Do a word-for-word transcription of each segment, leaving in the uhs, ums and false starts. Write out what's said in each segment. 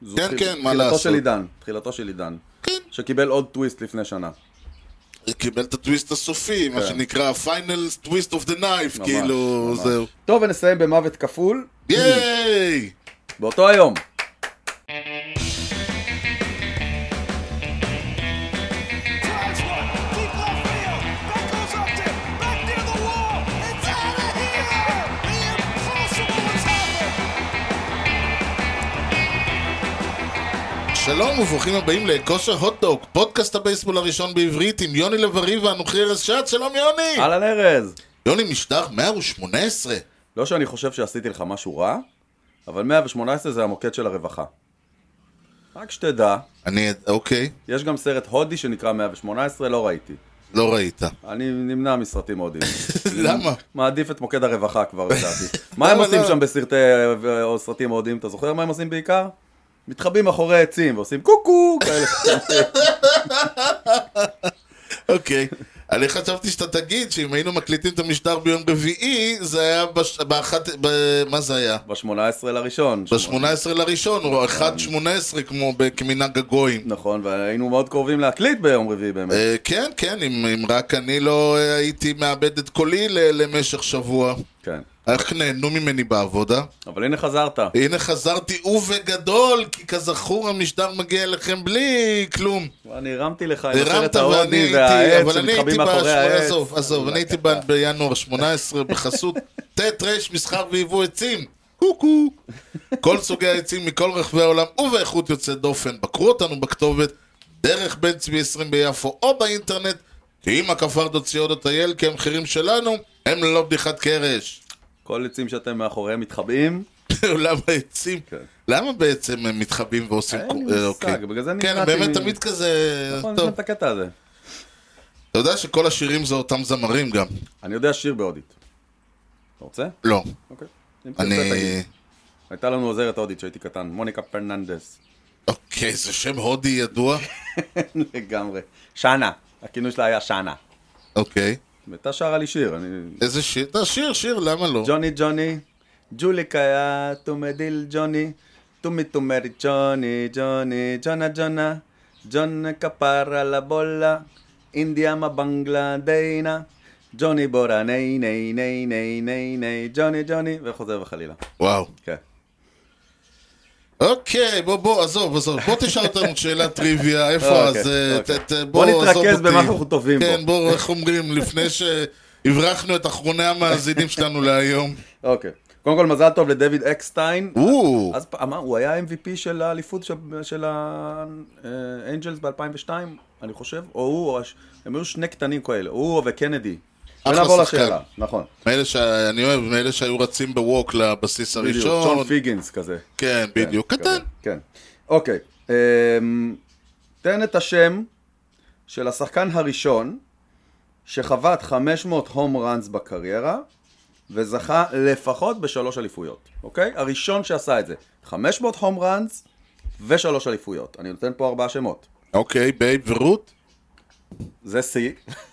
כן, כן, מה לעשות. תחילתו של עידן, תחילתו של עידן. כן. שקיבל עוד טוויסט לפני שנה. קיבל את הטוויסט הסופי, מה שנקרא final twist of the knife, כאילו, זהו. טוב, ונסיים במוות כפול. ייי! באותו היום. שלום וברוכים הבאים לכושר הוטדוק, פודקאסט הבייסבול הראשון בעברית עם יוני לב-ארי ואנוכי ארז שץ. שלום יוני! אהלן ארז! יוני, משדר מאה ושמונה עשרה. לא שאני חושב שעשיתי לך משהו רע, אבל מאה ושמונה עשרה זה המוקד של הרווחה. רק שתדע. אני, אוקיי. יש גם סרט הודי שנקרא מאה ושמונה עשרה, לא ראיתי. לא ראית. אני נמנע מסרטים הודיים. למה? מעדיף את מוקד הרווחה כבר, לדעתי. מה הם עושים שם בסרטי או סרטים הודיים? אתה זוכר מה הם עושים בעיקר? מתחבאים אחורי עצים ועושים קוקו כאלה. אוקיי. אני חשבתי שאתה תגיד שאם היינו מקליטים את המשדר ביום רביעי, זה היה באחת, מה זה היה? ב-שמונה עשרה לראשון. ב-שמונה עשרה לראשון, או אחת שמונה עשרה כמו כמנהג הגויים. נכון, והיינו מאוד קרובים להקליט ביום רביעי באמת. כן, כן, אם רק אני לא הייתי מאבד את קולי למשך שבוע. כן. איך נהנו ממני בעבודה? אבל הנה חזרת. הנה חזרתי ובגדול, כי כזכור המשדר מגיע אליכם בלי כלום. אני הרמתי לך עם הרמת הסרט ההודי והעץ שמתחבאים מאחורי העץ. עזוב, עזוב, אני הייתי בינואר שמונה עשרה בחסות ת' ר' מסחר ויבוא עצים. קוקו. כל סוגי העצים מכל רחבי העולם ובאיכות יוצאת דופן. בקרו אותנו בכתובת דרך בן צבי עשרים ביפו או באינטרנט, כי אם הכפר דוציא עוד הטייל, כי המחירים שלנו הם ללא בדיחת קרש. כל עצים שאתם מאחוריהם מתחבאים. למה עצים? למה בעצם הם מתחבאים ועושים... אין לי מושג, בגלל זה נקראתי... כן, באמת תמיד כזה... נכון, זה את הקטע הזה. אתה יודע שכל השירים זה אותם זמרים גם. אני יודע שיר בהודית. אתה רוצה? לא. אוקיי. אני... הייתה לנו עוזרת הודית שהייתי קטן, מוניקה פרננדס. אוקיי, זה שם הודי ידוע? לגמרי. שנה. הכינוי שלה היה שנה. אוקיי. ואתה שרה לי שיר. איזה שיר? אתה שיר, שיר, למה לא? ג'וני ג'וני, ג'ולי קיה, תומדיל ג'וני, תומי תומרי ג'וני, ג'וני, ג'ונה ג'ונה, ג'ונה כפרה לבולה, אינדיה מבנגלה דיינה, ג'וני בורה ני ני ני ני ני ני, ג'וני ג'וני, וחוזר וחלילה. וואו. כן. אוקיי, בוא בוא, עזוב, עזוב, בוא תשאל אותנו שאלת טריוויה, איפה אז... בוא נתרכז במה אנחנו טובים בו. כן, בוא, איך אומרים, לפני שהברחנו את אחרוני המאזינים שלנו להיום. אוקיי. קודם כל מזל טוב לדויד אקסטיין. או. אז אמר, הוא היה אם וי פי של האליפות של האנג'לס ב-אלפיים ושתיים, אני חושב, או הוא, הם היו שני קטנים כאלה, הוא וקנדי. ונעבור לשאלה, נכון. מאלה שאני אוהב, מאלה שהיו רצים בווק לבסיס הראשון. ג'ון פיגינס כזה. כן, בדיוק, קטן. כן. אוקיי. תן את השם של השחקן הראשון שחבט חמש מאות הום ראנס בקריירה, וזכה לפחות בשלוש אליפויות. אוקיי? הראשון שעשה את זה. חמש מאות הום ראנס ושלוש אליפויות. אני נותן פה ארבעה שמות. אוקיי, בייב ורות? זה סי.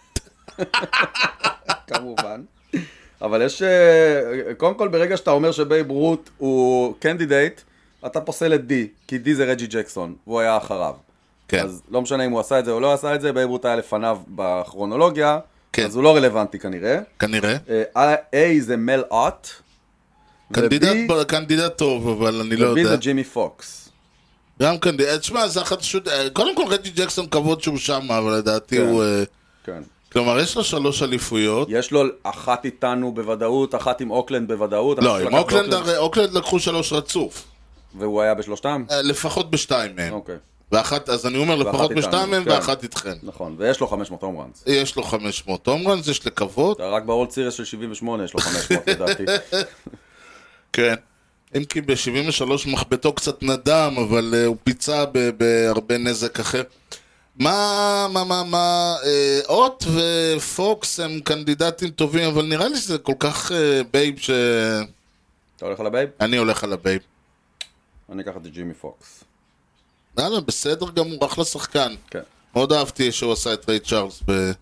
כמובן. אבל יש, קודם כל ברגע שאתה אומר שבייב רות הוא קנדידייט, אתה פוסל את די, כי די זה רג'י ג'קסון, והוא היה אחריו. כן. אז לא משנה אם הוא עשה את זה או לא עשה את זה, בייב רות היה לפניו בכרונולוגיה, כן. אז הוא לא רלוונטי כנראה. כנראה. A זה מל אוט. קנדידט, קנדידט טוב, אבל אני לא יודע. ובי זה ג'ימי פוקס. גם קנדידט, שמה, זה אחת שוט... קודם כל רג'י ג'קסון כבוד שהוא שם, אבל לדעתי כן. הוא... כן. כלומר, יש לו שלוש אליפויות. יש לו אחת איתנו בוודאות, אחת עם אוקלנד בוודאות. לא, עם אוקלנד, אוקלנד לקחו שלוש רצוף. והוא היה בשלושתם? לפחות בשתיים מהם. אוקיי. ואחת, אז אני אומר, לפחות בשתיים מהם ואחת איתכם. נכון, ויש לו חמש מאות הום ראנס. יש לו חמש מאות הום ראנס, יש לקוות. רק באולד סיריס של שבעים ושמונה יש לו חמש מאות לדעתי. כן. אם כי ב-שבעים ושלוש מחבטו קצת נדם, אבל הוא פיצה בהרבה נזק אחר. מה, מה, מה, מה, אוט ופוקס הם קנדידטים טובים, אבל נראה לי שזה כל כך בייב ש... אתה הולך על הבייב? אני הולך על הבייב. אני אקח את ג'ימי פוקס. יאללה, בסדר גמור, אחלה שחקן. כן. מאוד אהבתי שהוא עשה את ריי צ'ארלס ב...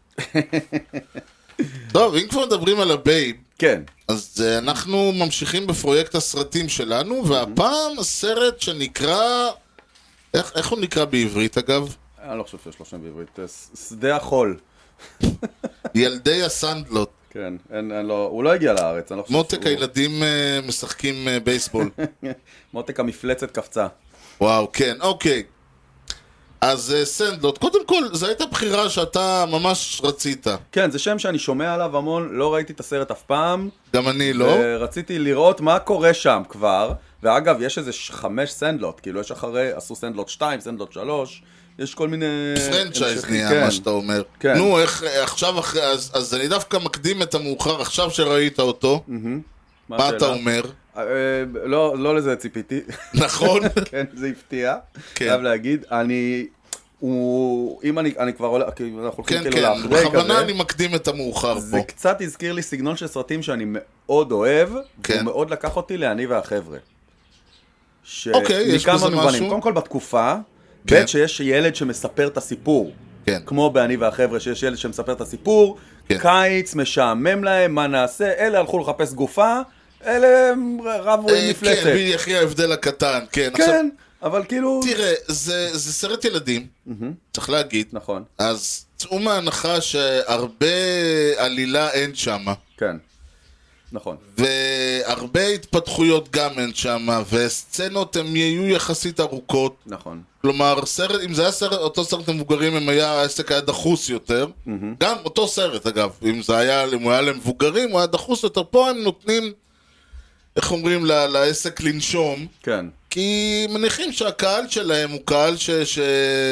טוב, אם כבר מדברים על הבייב, כן. אז אנחנו ממשיכים בפרויקט הסרטים שלנו, והפעם הסרט שנקרא איך, איך הוא נקרא בעברית אגב? אני לא חושב שיש לו שם בעברית. שדה החול. ילדי הסנדלוט. כן, אין, אין לו, הוא לא הגיע לארץ. אני לא חושב מותק שהוא... הילדים uh, משחקים uh, בייסבול. מותק המפלצת קפצה. וואו, כן, אוקיי. אז uh, סנדלוט, קודם כל, זו הייתה בחירה שאתה ממש רצית. כן, זה שם שאני שומע עליו המון, לא ראיתי את הסרט אף פעם. גם אני לא. ורציתי לראות מה קורה שם כבר. ואגב, יש איזה חמש סנדלוט, כאילו יש אחרי, עשו סנדלוט שתיים, סנדלוט שלוש, יש כל מיני... פרנצ'ייז נהיה, כן. מה שאתה אומר. כן. נו, איך, עכשיו אחרי, אז, אז אני דווקא מקדים את המאוחר, עכשיו שראית אותו, מה השאלה? אתה אומר? אה, לא, לא לזה ציפיתי. נכון? כן, זה הפתיע. כן. חייב להגיד, אני... הוא... אם אני, אני כבר עולה, כי אנחנו הולכים כן, כאילו כן, לאחרי כזה. בכוונה אני מקדים את המאוחר זה פה. קצת הזכיר לי סגנון של סרטים שאני מאוד אוהב, כן. והוא מאוד לקח אותי לאני והחבר'ה. ש... אוקיי, יש מכמה בזה מובנים. משהו? קודם כל בתקופה, כן. ב' שיש ילד שמספר את הסיפור. כן. כמו באני והחבר'ה, שיש ילד שמספר את הסיפור, כן. קיץ, משעמם להם, מה נעשה, אלה הלכו לחפש גופה, אלה רבו עם אה, מפלצת. כן, ויחי ההבדל הקטן, כן. עכשיו, כן, אבל כאילו... תראה, זה, זה סרט ילדים, צריך להגיד. נכון, אז צאו מההנחה שהרבה עלילה אין שמה. כן, נכון. והרבה התפתחויות גם אין שמה, וסצנות הן יהיו יחסית ארוכות. נכון. כלומר, סרט, אם זה היה סרט, אותו סרט למבוגרים, אם היה, העסק היה דחוס יותר. גם אותו סרט, אגב, אם זה היה, אם הוא היה למבוגרים, הוא היה דחוס יותר. פה הם נותנים, איך אומרים, ל- לעסק לנשום, כן, כי מניחים שהקהל שלהם הוא קהל ש... ש...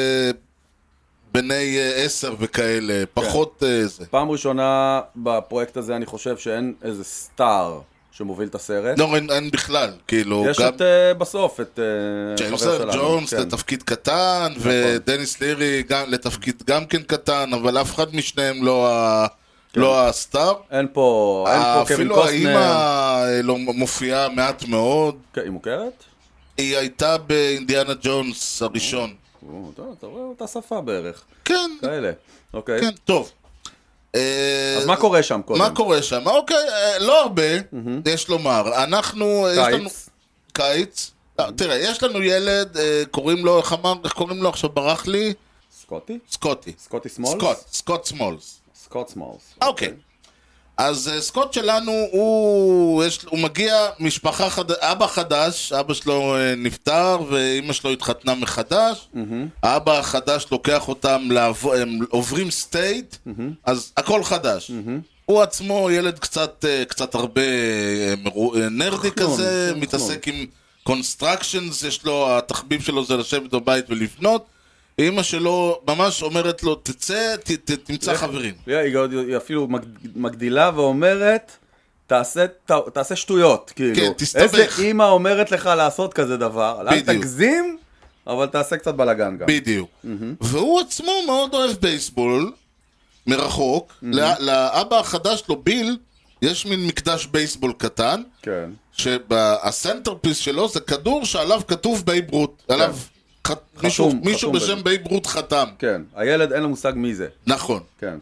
בני אה, עשר וכאלה, פחות אה, זה. פעם ראשונה בפרויקט הזה אני חושב שאין איזה סטאר שמוביל את הסרט. לא, אין, אין בכלל, כאילו, יש גם את אה, בסוף, את אה, ג'יימס חבר ארל שלנו. ג'ונס כן. לתפקיד קטן, ודניס לירי גם לתפקיד גם כן קטן, אבל אף אחד משניהם לא, ה... לא הסטאר. אין פה, אין פה קווין אפילו קוסטנר. האמא אה, לא מופיעה מעט מאוד. כן, היא מוכרת? היא הייתה באינדיאנה ג'ונס הראשון. או, טוב, אתה רואה אותה שפה בערך. כן, כאלה, אוקיי. כן, טוב. אה, אז מה קורה שם קודם? מה קורה שם? אוקיי, אה, לא הרבה, יש לומר. אנחנו, יש לנו... קיץ. קיץ. לא, תראה, יש לנו ילד, אה, קוראים לו, איך אמר, איך קוראים לו עכשיו, ברח לי? סקוטי? סקוטי. סקוטי סמולס? סקוט, סקוט סמולס. סקוט סמולס. אוקיי. אז uh, סקוט שלנו, הוא, יש, הוא מגיע, משפחה חד... אבא חדש, אבא שלו uh, נפטר ואימא שלו התחתנה מחדש. Mm-hmm. האבא החדש לוקח אותם, לעב... הם עוברים סטייט, mm-hmm. אז הכל חדש. Mm-hmm. הוא עצמו ילד קצת, uh, קצת הרבה uh, מרו... uh, נרדי חנון, כזה, חנון. מתעסק עם קונסטרקשנס, יש לו, התחביב שלו זה לשבת בבית ולבנות. אמא שלו ממש אומרת לו, תצא, ת, ת, תמצא חברים. היא עוד- היא אפילו מג- מגדילה ואומרת, תעשה, ת- תעשה שטויות, כאילו. כן, תסתבך. איזה אימא אומרת לך לעשות כזה דבר? אל בדיוק. תגזים, אבל תעשה קצת בלגן גם. בדיוק. והוא עצמו מאוד אוהב בייסבול, מרחוק. לא- לאבא החדש לו, ביל, יש מין מקדש בייסבול קטן, כן. שהסנטרפיס שלו זה כדור שעליו כתוב בייב רות. עליו ח- מישהו- חתום מישהו בשם בייב. בייב רות חתם. כן. הילד אין לו מושג מי זה. נכון. כן.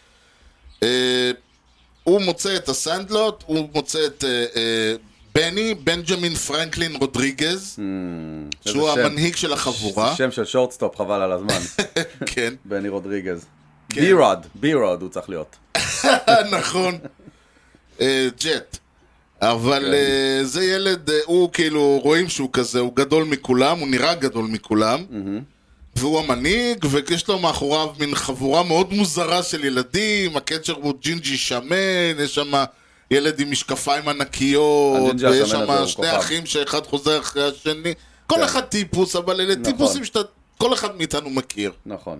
אה, הוא מוצא את הסנדלוט, הוא מוצא את אה, אה, בני, בנג'מין פרנקלין רודריגז, שהוא איזה שם. המנהיג של החבורה. זה שם של שורטסטופ, חבל על הזמן. כן. בני רודריגז. כן. בי-רוד, בי-רוד הוא צריך להיות. נכון. אה, ג'ט. אבל אה, זה ילד, אה, הוא כאילו, רואים שהוא כזה, הוא גדול מכולם, הוא נראה גדול מכולם. והוא המנהיג, ויש לו מאחוריו מין חבורה מאוד מוזרה של ילדים, הקצ'ר הוא ג'ינג'י שמן, יש שם ילד עם משקפיים ענקיות, הג'ינג'י ויש השמן הזה שם הוא שני כוכב. אחים שאחד חוזר אחרי השני. כל כן. אחד טיפוס, אבל אלה נכון. טיפוסים שאתה, כל אחד מאיתנו מכיר. נכון.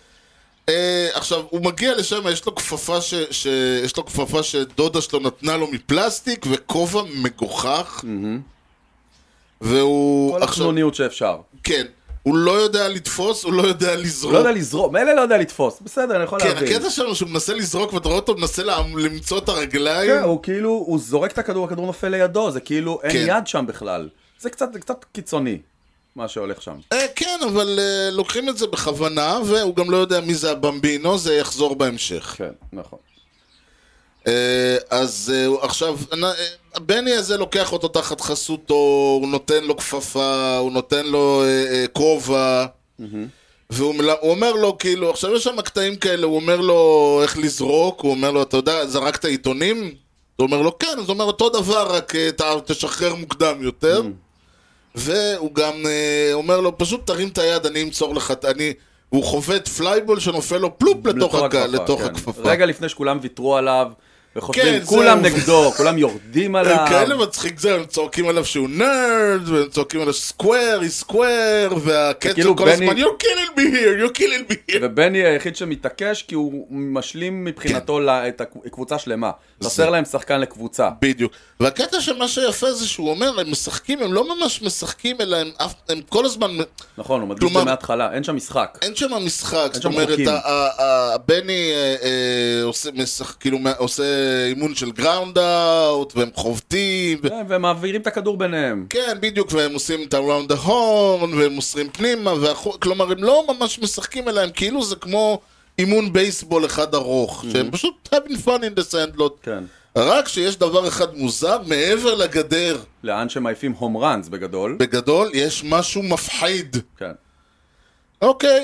אה, עכשיו, הוא מגיע לשם, יש לו כפפה ש... ש... יש לו כפפה שדודה שלו נתנה לו מפלסטיק, וכובע מגוחך. והוא... כל החנוניות שאפשר. כן. הוא לא יודע לתפוס, הוא לא יודע הוא לזרוק. לא יודע לזרוק, מילא לא יודע לתפוס. בסדר, אני יכול כן, להבין. הקטע שלנו שהוא מנסה לזרוק, ואתה רואה אותו מנסה לה- למצוא את הרגליים. כן, הוא כאילו, הוא זורק את הכדור, הכדור נופל לידו, זה כאילו אין כן. יד שם בכלל. זה קצת, זה קצת קיצוני, מה שהולך שם. אה, כן, אבל אה, לוקחים את זה בכוונה, והוא גם לא יודע מי זה הבמבינו, זה יחזור בהמשך. כן, נכון. אז עכשיו, בני הזה לוקח אותו תחת חסותו, הוא נותן לו כפפה, הוא נותן לו כובע, והוא אומר לו, כאילו, עכשיו יש שם קטעים כאלה, הוא אומר לו איך לזרוק, הוא אומר לו, אתה יודע, זרקת עיתונים? הוא אומר לו, כן, אז הוא אומר אותו דבר, רק תשחרר מוקדם יותר. והוא גם אומר לו, פשוט תרים את היד, אני אמצור לך, אני... הוא חובט פלייבול שנופל לו פלופ לתוך הכפפה. רגע לפני שכולם ויתרו עליו, וחושבים, כולם נגדו, כולם יורדים עליו. הם כאלה מצחיק זה, הם צורקים עליו שהוא נרד, והם צורקים עליו סקוואר, היא סקוואר, והקצ'ר כל הזמן, you're killing me here, you're killing me here. ובני היחיד שמתעקש, כי הוא משלים מבחינתו את הקבוצה שלמה. חסר להם שחקן לקבוצה. בדיוק. והקטע שמה שיפה זה שהוא אומר, הם משחקים, הם לא ממש משחקים, אלא הם כל הזמן... נכון, הוא מדגיש את זה מההתחלה, אין שם משחק. אין שם משחק, זאת אומרת, בני עושה אימון של גראונד אאוט, והם חובטים. והם מעבירים את הכדור ביניהם. כן, בדיוק, והם עושים את הראונד ההורן, והם מוסרים פנימה, כלומר, הם לא ממש משחקים אליהם, כאילו זה כמו אימון בייסבול אחד ארוך, שהם פשוט having fun in the sandlot. כן. רק שיש דבר אחד מוזר, מעבר לגדר. לאן שמעיפים הום ראנס בגדול. בגדול, יש משהו מפחיד. כן. אוקיי.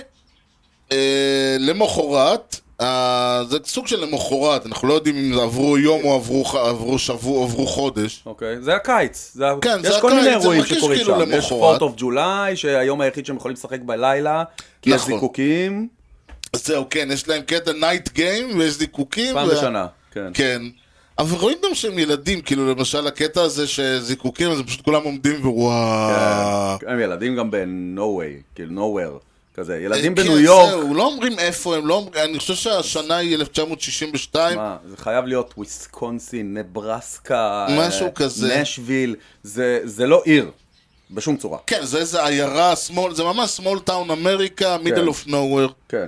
למחרת, זה סוג של למחרת, אנחנו לא יודעים אם זה עברו יום או עברו שבוע או עברו חודש. אוקיי, זה הקיץ. כן, זה הקיץ. יש כל מיני אירועים שקורים שם. למחרת. יש פורט אוף ג'ולי, שהיום היחיד שהם יכולים לשחק בלילה, כי יש זיקוקים. זהו, כן, יש להם קטע נייט גיים ויש זיקוקים. פעם בשנה, כן. כן. אבל רואים גם שהם ילדים, כאילו למשל הקטע הזה שזיקוקים, אז פשוט כולם עומדים ווואו. הם ילדים גם ב-no way, כאילו nowhere. כזה, ילדים בניו יורק. כן, זהו, לא אומרים איפה הם, לא אומרים, אני חושב שהשנה היא אלף תשע מאות שישים ושתיים. מה, זה חייב להיות וויסקונסין, נברסקה, משהו כזה. נשוויל, זה, זה לא עיר, בשום צורה. כן, זה איזה עיירה, small, זה ממש small town אמריקה, middle of nowhere. כן.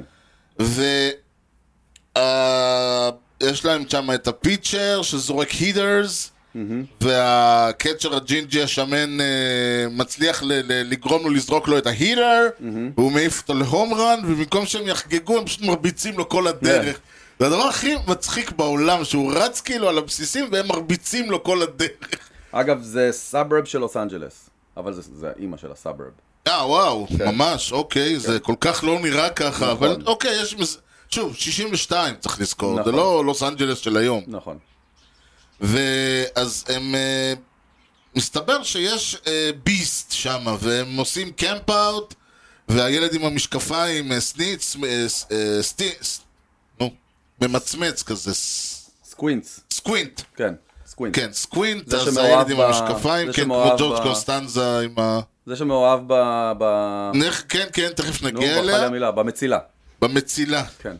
ויש להם שם את הפיצ'ר שזורק הידרס, והקצ'ר הג'ינג'י השמן מצליח לגרום לו לזרוק לו את ההידר, והוא מעיף אותו להום רן, ובמקום שהם יחגגו הם פשוט מרביצים לו כל הדרך. זה הדבר הכי מצחיק בעולם, שהוא רץ כאילו על הבסיסים והם מרביצים לו כל הדרך. אגב, זה סאברב של לוס אנג'לס, אבל זה האימא של הסאברב. אה, וואו, ממש, אוקיי, זה כל כך לא נראה ככה, אבל אוקיי, יש... שוב, שישים ושתיים צריך לזכור, זה לא לוס אנג'לס של היום. נכון. ואז הם, מסתבר שיש ביסט שם, והם עושים קמפ אאוט, והילד עם המשקפיים, סניץ, סטיס, נו, ממצמץ כזה. סקווינט. סקווינט. כן, סקווינט. כן, סקווינט, אז הילד עם המשקפיים, כן, כמו ג'ורג' קוסטנזה עם ה... זה שמאוהב ב... כן, כן, תכף נגיע אליה. נו, בחלה מילה, במצילה. במצילה. כן.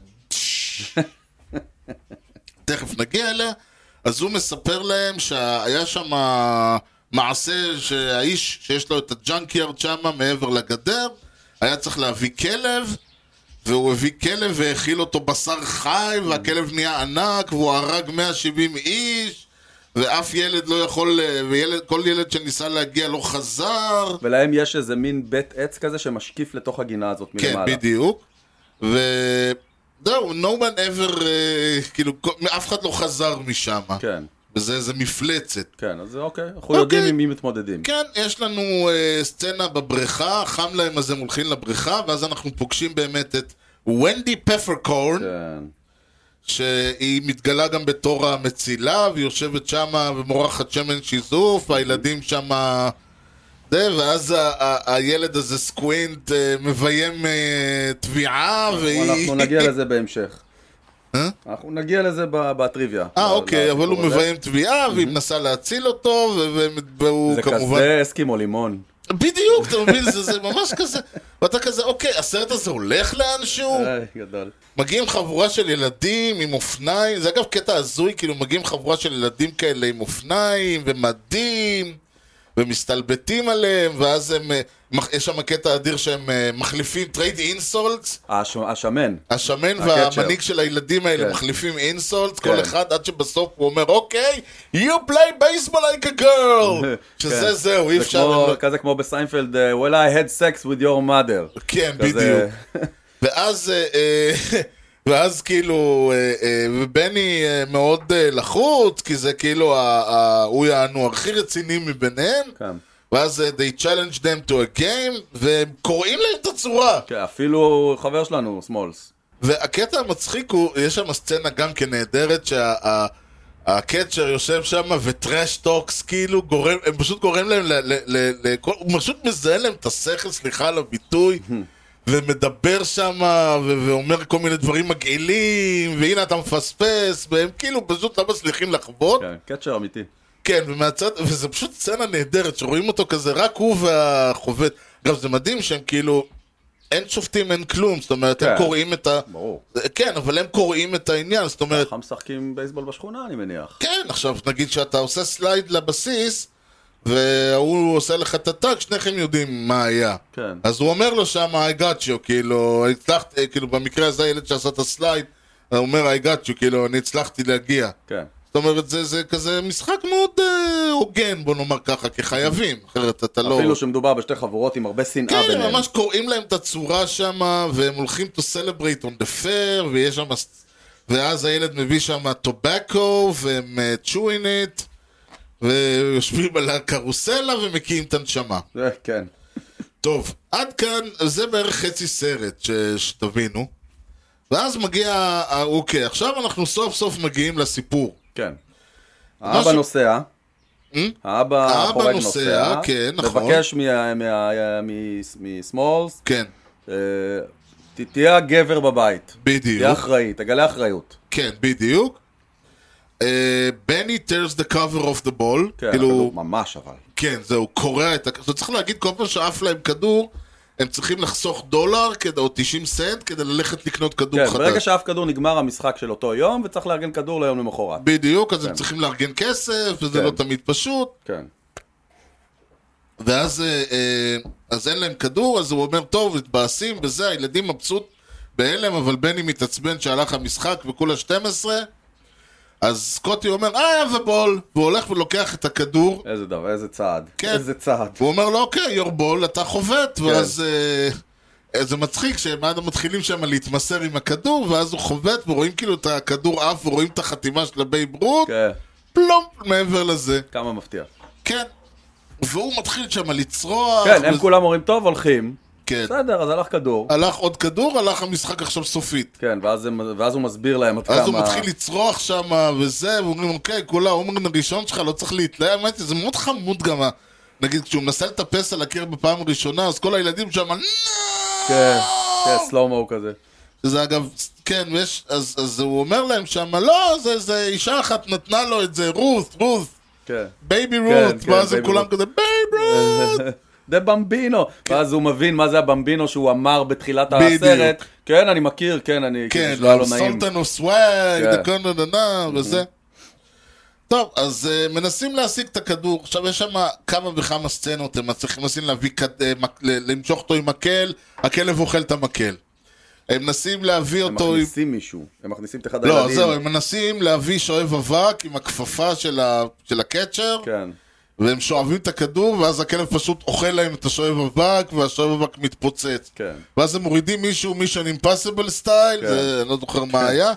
תכף נגיע אליה. אז הוא מספר להם שהיה שם מעשה שהאיש שיש לו את הג'אנקיארד שם מעבר לגדר, היה צריך להביא כלב, והוא הביא כלב והאכיל אותו בשר חי, והכלב נהיה ענק, והוא הרג מאה ושבעים איש, ואף ילד לא יכול, וכל ילד שניסה להגיע לא חזר. ולהם יש איזה מין בית עץ כזה שמשקיף לתוך הגינה הזאת מלמעלה. כן, בדיוק. ו... זהו, no one ever, כאילו, אף אחד לא חזר משם. כן. וזה איזה מפלצת. כן, אז אוקיי, אנחנו יודעים עם מי מתמודדים. כן, יש לנו סצנה בבריכה, חם להם אז הם הולכים לבריכה, ואז אנחנו פוגשים באמת את ונדי פפרקורן, שהיא מתגלה גם בתור המצילה, והיא יושבת שם ומורחת שמן שיזוף, והילדים שם... זה, ואז הילד הזה סקווינט מביים תביעה, אנחנו נגיע לזה בהמשך. אנחנו נגיע לזה בטריוויה. אה, אוקיי, אבל הוא מביים תביעה, והיא מנסה להציל אותו, והוא כמובן... זה כזה אסקימו לימון. בדיוק, אתה מבין, זה ממש כזה. ואתה כזה, אוקיי, הסרט הזה הולך לאנשהו? גדול. מגיעים חבורה של ילדים עם אופניים, זה אגב קטע הזוי, כאילו מגיעים חבורה של ילדים כאלה עם אופניים ומדים, ומסתלבטים עליהם, ואז הם, יש שם קטע אדיר שהם מחליפים טרייד אינסולטס. השמן. השמן והמנהיג של הילדים האלה מחליפים אינסולטס, כל אחד עד שבסוף הוא אומר, אוקיי, you play baseball like a girl. שזה זהו, אי אפשר... כזה כמו בסיינפלד, well I had sex with your mother. כן, בדיוק. ואז... ואז כאילו, אה, אה, ובני אה, מאוד אה, לחוץ, כי זה כאילו, ה- ה- הוא יענו הכי רציני מביניהם, כן. ואז אה, they challenge them to a game, והם קוראים להם את הצורה. כן, אפילו חבר שלנו, סמולס. והקטע המצחיק הוא, יש שם סצנה גם כנהדרת, שהקצ'ר יושב שם וטרש טוקס, כאילו, גורם, הם פשוט גורם להם, ל, ל, ל, ל, הוא פשוט מזהה להם את השכל, סליחה על הביטוי, ומדבר שם, ו- ואומר כל מיני דברים מגעילים, והנה אתה מפספס, והם כאילו פשוט לא מצליחים לחוות. כן, קצ'ר אמיתי. כן, ומהצד, וזה פשוט סצנה נהדרת, שרואים אותו כזה, רק הוא והחובט. אגב, זה מדהים שהם כאילו, אין שופטים, אין כלום, זאת אומרת, כן. הם קוראים את ה... ברור. כן, אבל הם קוראים את העניין, זאת אומרת, ככה משחקים בייסבול בשכונה, אני מניח. כן, עכשיו נגיד שאתה עושה סלייד לבסיס, והוא עושה לך את הטאג, שניכם יודעים מה היה. כן. אז הוא אומר לו שם, I got you, כאילו, הצלחת, כאילו, במקרה הזה הילד שעשה את הסלייד, הוא אומר, I got you, כאילו, אני הצלחתי להגיע. כן. זאת אומרת, זה, זה כזה משחק מאוד אה, הוגן, בוא נאמר ככה, כחייבים, אחרת אתה לא... אפילו שמדובר בשתי חבורות עם הרבה שנאה כן, ביניהם. הם ממש קוראים להם את הצורה שם, והם הולכים to celebrate on the fair, ויש שם... ואז הילד מביא שם טובקו, והם uh, chewing it, ויושבים על הקרוסלה ומקיאים את הנשמה. אה, כן. טוב, עד כאן, זה בערך חצי סרט, ש... שתבינו. ואז מגיע, אה, אוקיי, עכשיו אנחנו סוף סוף מגיעים לסיפור. כן. האבא משהו- נוסע. Hmm? האבא האבא חורג נוסע, נוסע. כן, נכון. מבקש מה- מה- מ- מסמולס, כן, אה, ת- תהיה הגבר בבית. תהיה בדיוק. אחראי, תגלה אחריות. כן, בדיוק. בני tears the cover of the ball. כן, כאילו, הכדור ממש אבל. כן, זהו, קורע את ה... אתה צריך להגיד, כל פעם שעף להם כדור, הם צריכים לחסוך דולר כדי, או תשעים סנט כדי ללכת לקנות כדור כן, חדש. ברגע שאף כדור נגמר המשחק של אותו יום, וצריך לארגן כדור ליום למחרת. בדיוק, אז הם צריכים לארגן כסף, וזה כן. לא תמיד פשוט. כן. ואז אה, אה, אז אין להם כדור, אז הוא אומר, טוב, מתבאסים וזה, הילדים מבסוט בהלם, אבל בני מתעצבן שהלך המשחק וכולה שתים עשרה, אז סקוטי אומר, אה, ובול, והוא הולך ולוקח את הכדור, איזה דבר, איזה צעד. כן. איזה צעד. והוא אומר לו, אוקיי, יור בול, אתה חובט, ואז אה, זה מצחיק שהם עד מתחילים שם להתמסר עם הכדור, ואז הוא חובט, ורואים כאילו את הכדור עף, ורואים את החתימה של הבייב רות, כן. פלומפ מעבר לזה, כמה מפתיע. כן. והוא מתחיל שם לצרוח. כן, הם וזה- כולם אומרים, טוב, הולכים. כן. בסדר, אז הלך כדור. הלך עוד כדור, הלך המשחק עכשיו סופית. כן, ואז הם- ואז הוא מסביר להם עד כמה... אז הוא מתחיל לצרוח שם וזה, ואומרים, אוקיי, כולה, העומרן הראשון שלך לא צריך להתלהב, האמת, זה מאוד חמוד גם, ה- נגיד, כשהוא מנסה לטפס על הקיר בפעם הראשונה, אז כל הילדים שם, כן, כן, סלומו כזה. זה אגב, כן, ויש, אז, אז הוא אומר להם שם, לא, זה, זה אישה אחת נתנה לו את זה, רות, רות, כן. בייבי כן, רות, כן, ואז הם בייבי כולם רות. כזה, בייבי רות, דה במבינו. ואז הוא מבין מה זה הבמבינו שהוא אמר בתחילת בדיוק. הסרט. כן, אני מכיר, כן, אני... כן, כאילו, שלא היה לו נעים. סולטן אוף סוואג, כן. דקונדנה, וזה. טוב, אז uh, מנסים להשיג את הכדור, עכשיו יש שם כמה וכמה סצנות, הם צריכים מנסים להביא, כד- אה, מק- ל- למשוך אותו עם מקל, הכלב אוכל את המקל. הם מנסים להביא הם אותו עם... מכניסים מישהו. הם מכניסים את אחד לא, הילדים. זהו, הם מנסים להביא שואב אבק עם הכפפה של, ה... של הקצ'ר, כן. והם שואבים את הכדור, ואז הכלב פשוט אוכל להם את השואב אבק, והשואב אבק מתפוצץ. כן. ואז הם מורידים מישהו, מישון אימפסיבל סטייל, כן. זה, אני לא זוכר מה היה,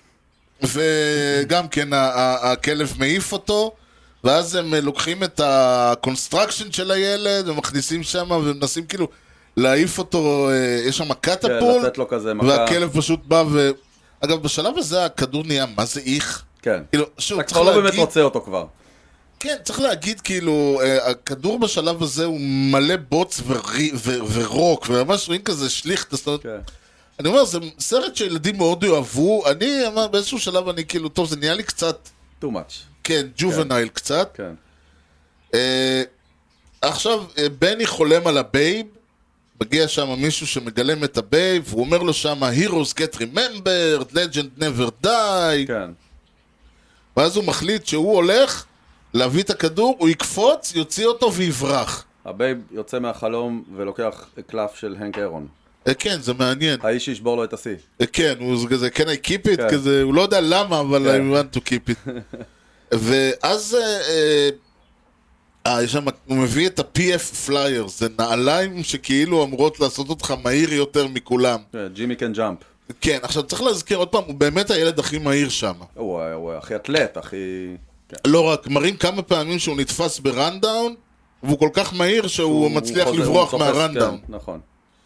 וגם כן ה- ה- הכלב מעיף אותו, ואז הם אה, לוקחים את הקונסטרקשן של הילד, ומכניסים שם, ומנסים כאילו להעיף אותו, אה, יש שם כן, קטפול, לתת לו כזה מכה. והכלב פשוט בא ו... אגב, בשלב הזה הכדור נהיה, מה זה איך? כן. כאילו, שוב, אתה צריך כבר לא באמת להגיד, רוצה אותו כבר. כן, צריך להגיד, כאילו, אה, הכדור בשלב הזה הוא מלא בוץ ורי- ו- ורוק, וממש רואים כזה שליך, זאת אומרת, כן. אני אומר, זה סרט שילדים מאוד יאהבו, אני, אמר, באיזשהו שלב אני כאילו, טוב, זה נהיה לי קצת, too much. כן, ג'ובנייל קצת. כן. אה, עכשיו, אה, בני חולם על הבייב, מגיע שם מישהו שמגלם את הבייב, הוא אומר לו שם, Heroes get remembered, Legend never die, כן. ואז הוא מחליט שהוא הולך להביא את הכדור, הוא יקפוץ, יוציא אותו ויברח. הבייב יוצא מהחלום ולוקח קלף של הנק אירון. אה, כן, זה מעניין. האיש שישבור לו את השיא. אה, כן, הוא כזה, can I keep it? כן. כזה, הוא לא יודע למה, אבל כן. I want to keep it. ואז אה, אה, אה, יש שם, הוא מביא את ה-פי אף Flyers, זה נעליים שכאילו אמורות לעשות אותך מהיר יותר מכולם. כן, ג'ימי קן ג'אמפ. כן, עכשיו צריך להזכיר עוד פעם, הוא באמת הילד הכי מהיר שם. הוא הוא הכי אתלט, הכי... כן. לא רק, מראים כמה פעמים שהוא נתפס ברנדאון, והוא כל כך מהיר שהוא הוא- מצליח הוא חוזר, לברוח הוא תופס, מהרנדאון. כן, נכון.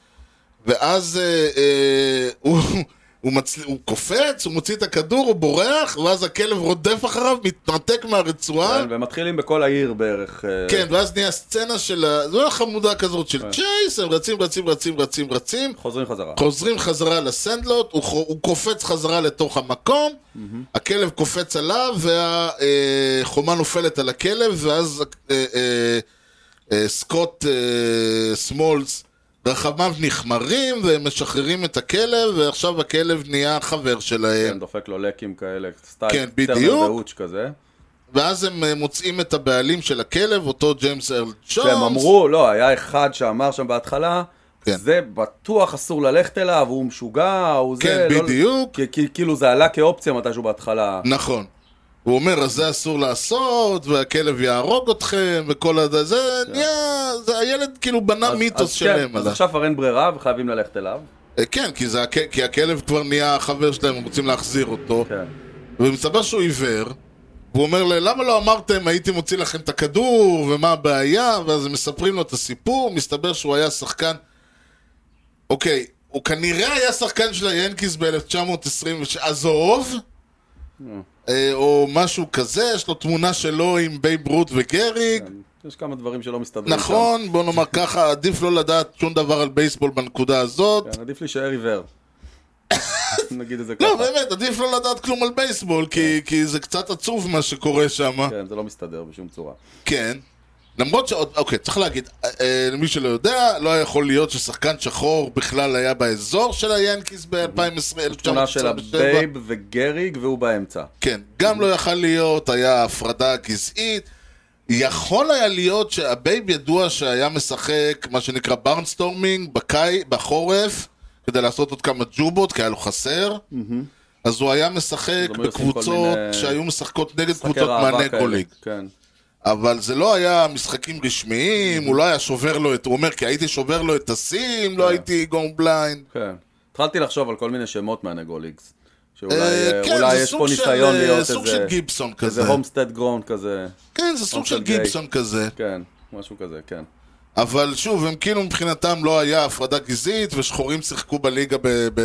ואז אה, אה, הוא, הוא, מצל... הוא קופץ, הוא מוציא את הכדור, הוא בורח, ואז הכלב רודף אחריו, מתנתק מהרצועה. כן, ומתחילים בכל העיר בערך. אה, כן, ואז נהיה סצנה של... ה- זו חמודה כזאת של צ'ייס, הם רצים, רצים, רצים, רצים, רצים. חוזרים חזרה. חוזרים חזרה לסנדלוט, הוא, ח- הוא קופץ חזרה לתוך המקום, הכלב קופץ עליו, והחומה נופלת על הכלב, ואז אה, אה, אה, סקוט אה, סמולס, רחמיו נחמרים, והם משחררים את הכלב, ועכשיו הכלב נהיה חבר שלהם. כן, דופק לו לקים כאלה, סטייל. כן, טרנר בדיוק. ואוץ' כזה. ואז הם אה, מוצאים את הבעלים של הכלב, אותו ג'יימס ארל ג'ונס. שהם אמרו, לא, היה אחד שאמר שם בהתחלה, כן. זה בטוח אסור ללכת אליו, הוא משוגע, הוא כן, זה... בדיוק. לא... כי, כי, כאילו זה עלה כאופציה מתישהו בהתחלה. נכון. הוא אומר, אז זה אסור לעשות, והכלב יהרוג אתכם, וכל הזה, זה נהיה, זה הילד כאילו בנה אז, מיתוס אז שלם כן, אז עליו. עכשיו כבר אין ברירה וחייבים ללכת אליו. אה, כן, כי, זה, הכ- כי הכלב כבר נהיה החבר שלהם, הם רוצים להחזיר אותו, כן. ומסתבר שהוא עיוור, והוא אומר להם, למה לא אמרתם, הייתי מוציא לכם את הכדור, ומה הבעיה, ואז הם מספרים לו את הסיפור, מסתבר שהוא היה שחקן, אוקיי, הוא כנראה היה שחקן של היאנקיס ב-אלף תשע מאות עשרים ושש, עזוב, אה, או משהו כזה, יש לו תמונה שלו עם בייב רות וגריג, יש כמה דברים שלא מסתדרים. נכון, בוא נאמר ככה, עדיף לא לדעת שום דבר על בייסבול בנקודה הזאת. שם. כן, עדיף להישאר עיוור. נגיד את זה ככה. לא, באמת, עדיף לא לדעת כלום על בייסבול, כי, כי זה קצת עצוב מה שקורה שם. כן, זה לא מסתדר בשום צורה. כן. למרות שעוד, אוקיי, צריך להגיד, אה, אה, למי שלא יודע, לא יכול להיות ששחקן שחור בכלל היה באזור של היאנקיס ב-אלפיים עשרים, תמונה של אלף תשע מאות עשרים ושבע. הבייב וגריג והוא באמצע. כן, גם לא יכל להיות, היה הפרדה גזעית. יכול היה להיות שהבייב ידוע שהיה משחק מה שנקרא ברנסטורמינג בקי, בחורף, כדי לעשות עוד כמה ג'ובות, כי היה לו חסר. אז הוא היה משחק אז הם היו עושים כל בקבוצות מיני- שהיו משחקות נגד משחקי קבוצות ראווה מהנגו כאלה. ליג. כן. אבל זה לא היה משחקים רשמיים, הוא לא היה שובר לו את... הוא אומר, כי הייתי שובר לו את הסים, לא הייתי גום בליינד. כן. התחלתי לחשוב על כל מיני שמות מהנגו ליגס. שאולי אה, אה, כן, אולי זה יש סוג פה של, ניסיון אה, להיות סוג איזה... של גיבסון כזה. איזה הומסטד גרון כזה. כן, זה סוג של הומסטד גיי. גיבסון כזה. כן, משהו כזה, כן. אבל שוב, הם כאילו מבחינתם לא היה הפרדה גזעית, ושחורים שיחקו בליגה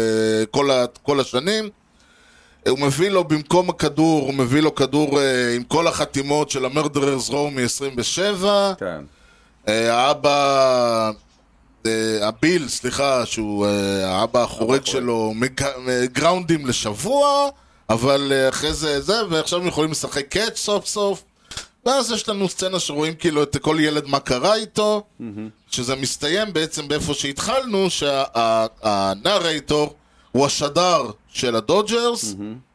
בכל השנים. הוא מביא לו במקום הכדור, הוא מביא לו כדור אה, עם כל החתימות של המרדררס רו מ-עשרים ושבע. כן. אה, האבא, אה, הביל, סליחה, שהוא אה, האבא החורג שלו, מג- אה, גראונדים לשבוע, אבל אה, אחרי זה זה, ועכשיו הם יכולים לשחק קאץ' סוף סוף. ואז יש לנו סצנה שרואים כאילו את כל ילד מה קרה איתו, שזה מסתיים בעצם באיפה שהתחלנו, שהנרייטור הוא השדר של הדודג'רס,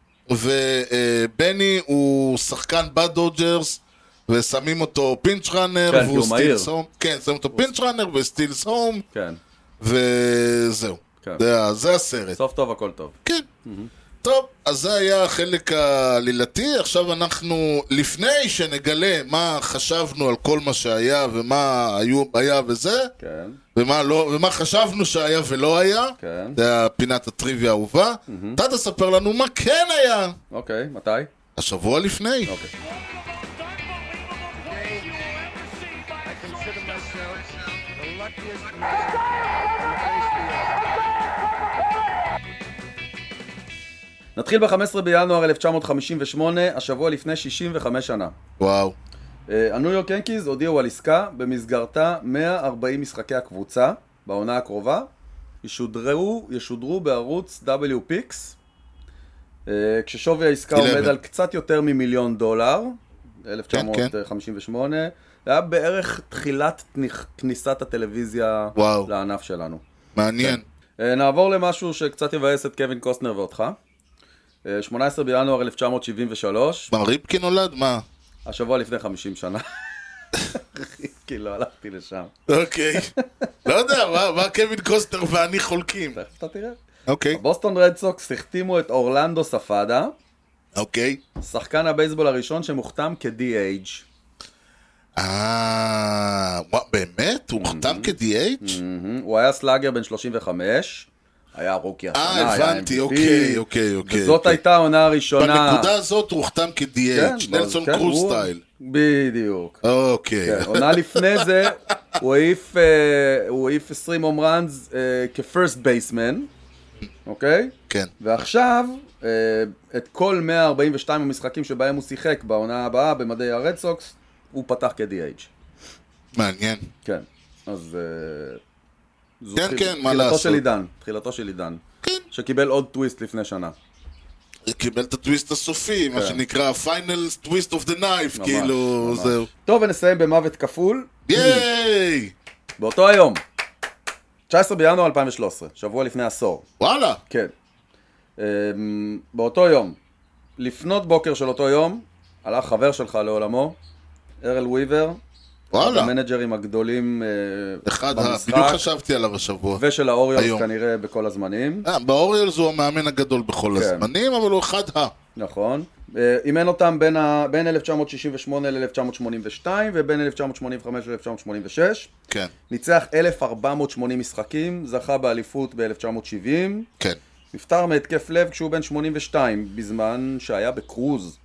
ובני הוא שחקן בדודג'רס, ושמים אותו פינץ' ראנר, כן, כי והוא הוא מהיר. סטילס הום. כן, שמים אותו פינץ' ראנר וסטילס הום, כן. וזהו. כן. זה ה- זה הסרט. סוף טוב, הכל טוב. כן. טוב, אז זה היה החלק העלילתי. עכשיו אנחנו, לפני שנגלה מה חשבנו על כל מה שהיה ומה היו, היה וזה, כן. ומה, לא, ומה חשבנו שהיה ולא היה, כן. זה הפינת הטריוויה האהובה. אתה תספר לנו מה כן היה אוקיי, מתי? השבוע לפני. אוקיי. I consider myself the luckiest man on the face of the earth. נתחיל ב-חמישה עשר בינואר אלף תשע מאות חמישים ושמונה, השבוע לפני שישים וחמש שנה. וואו. אה, הניו יורק ינקיז הודיעו על עסקה במסגרתה מאה וארבעים משחקי הקבוצה בעונה הקרובה, ישודרו, ישודרו בערוץ דאבליו פיקס, אה, כששווי העסקה אלף. עומד על קצת יותר ממיליון דולר, אלף תשע מאות חמישים ושמונה, זה היה בערך תחילת תניח- כניסת הטלוויזיה וואו. לענף שלנו. מעניין. אה, נעבור למשהו שקצת יבאס את קווין קוסטנר ואותך. אה, שמונה עשרה בינואר אלף תשע מאות שבעים ושלוש, מה, ריפקין נולד? מה? השבוע לפני חמישים שנה. כי לא הלכתי לשם. אוקיי. לא יודע, מה- מה קווין קוסטנר ואני חולקים. תכף אתה תראה. אוקיי. בוסטון רד סוקס החתימו את אורלנדו ספאדה, אוקיי. שחקן הבייסבול הראשון שמוכתם כ-די אייץ'. אה... וואו, באמת? הוא חתם כ-די אייץ'? מהמם. הוא היה סלאגר בן שלושים וחמש, היה רוקי השנה, אה, היה הבנתי, אם וי פי. אוקיי, אוקיי, אוקיי. וזאת אוקיי. הייתה העונה הראשונה. בנקודה הזאת הוא הוחתם כ-די אייץ', נלסון כן, קרוז הוא- סטייל. בדיוק. אוקיי. כן, עונה לפני זה, הוא העיף, אה, הוא העיף עשרים הום ראנס אה, כ-first baseman, אוקיי? כן. ועכשיו, אה, את כל מאה ארבעים ושתיים המשחקים שבהם הוא שיחק בעונה הבאה במדי הרד סוקס, הוא פתח כ-די אייץ'. מעניין. כן, אז... אה, זו כן, תחיל- כן, מה תחילתו לעשות? של עידן, תחילתו של עידן. כן. שקיבל עוד טוויסט לפני שנה. קיבל את הטוויסט הסופי, מה כן. שנקרא final twist of the knife, ממש, כאילו, ממש. זהו. טוב, ונסיים במוות כפול. ייי! באותו היום, תשעה עשר בינואר אלפיים ושלוש עשרה, שבוע לפני עשור. וואלה. כן. אמ, באותו יום, לפנות בוקר של אותו יום, הלך חבר שלך לעולמו, ארל וויבר, וואלה. המנג'רים הגדולים אה, אחד, ה- במשחק, בדיוק חשבתי עליו השבוע. ושל האוריולס היום. כנראה בכל הזמנים. אה, באוריולס הוא המאמן הגדול בכל כן. הזמנים, אבל הוא אחד ה... נכון. אה, אימן אותם בין, ה... בין אלף תשע מאות שישים ושמונה ל-אלף תשע מאות שמונים ושתיים ובין אלף תשע מאות שמונים וחמש ל-אלף תשע מאות שמונים ושש. כן, ניצח אלף ארבע מאות שמונים משחקים, זכה באליפות ב-אלף תשע מאות שבעים. כן. נפטר מהתקף לב כשהוא בן שמונים ושתיים, בזמן שהיה בקרוז.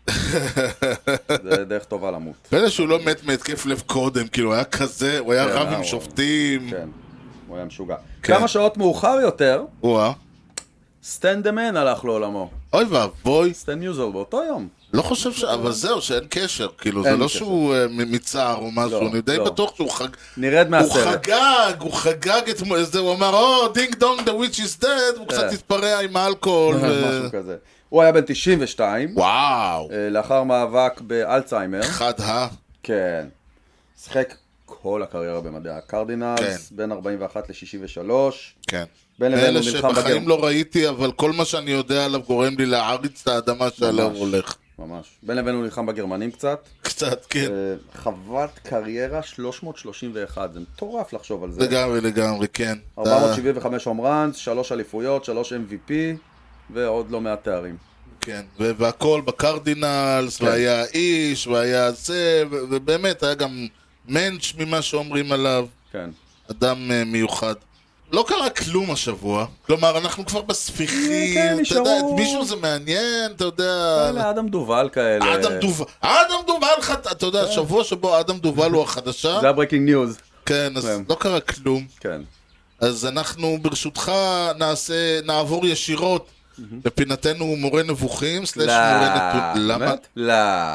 זה דרך טובה למות. פלא שהוא לא מת מהתקף לב קודם, כאילו, היה כזה, הוא היה כן, רב אה, עם הוא- שופטים. כן, הוא היה משוגע. כן. כמה שעות מאוחר יותר, וואה. סטן דה מן הלך לעולמו. אוי ואבוי, סטן מיוזל באותו יום. לא חושב ש... אבל זהו, שאין קשר, כאילו, זה אין לא קשר. שהוא אה, מ- מצער או משהו, לא, אני די לא. בטוח שהוא חג... נרד הוא מהסרט. חגג, הוא חגג את זה, הוא אמר, או, דינג דונג, the witch is dead, הוא קצת כן. התפרע עם האלכוהול. ו- משהו כזה. הוא היה בן תשעים ושתיים, וואו, אה, לאחר מאבק באלצהיימר. אחד ה... כן. שיחק כל הקריירה במדעי הקרדינלס, כן. בין ארבעים ואחת ל-שישים ושלוש. כן. בין לבין אלה הוא נלחם שבחיים בגר... לא ראיתי, אבל כל מה שאני יודע עליו גורם לי להעריץ את האדמה שעליה הוא ממש. הולך. ממש. בין לבין הוא נלחם בגרמנים קצת. קצת, כן. אה, חוות קריירה שלוש מאות שלושים ואחת, זה מטורף לחשוב על זה. לגמרי, לגמרי, כן. ארבע מאות אתה- שבעים וחמש הום ראנס, שלוש אליפויות, שלוש אם וי פי, ועוד לא מעט תארים. כן, ו- והכל בקרדינלס, כן. והיה איש, והיה זה, ו- ובאמת היה גם מענץ' ממה שאומרים עליו, כן. אדם אה, מיוחד. לא קרה כלום השבוע, כלומר, אנחנו כבר כן, בספיחים, אתה יודע, נשארו- את מישהו זה מעניין, אתה יודע... אלה אדם דובל כאלה. אדם דובל, אדם דובל, חת- אתה יודע, שבוע שבו אדם דובל הוא החדשה, זה הברייקינג ניוז. כן, אז כן. לא קרה כלום. כן. אז אנחנו ברשותך נעשה, נעבור ישירות לפינתנו מורה נבוכים, סלש מורה נתון... למה? באמת? לא.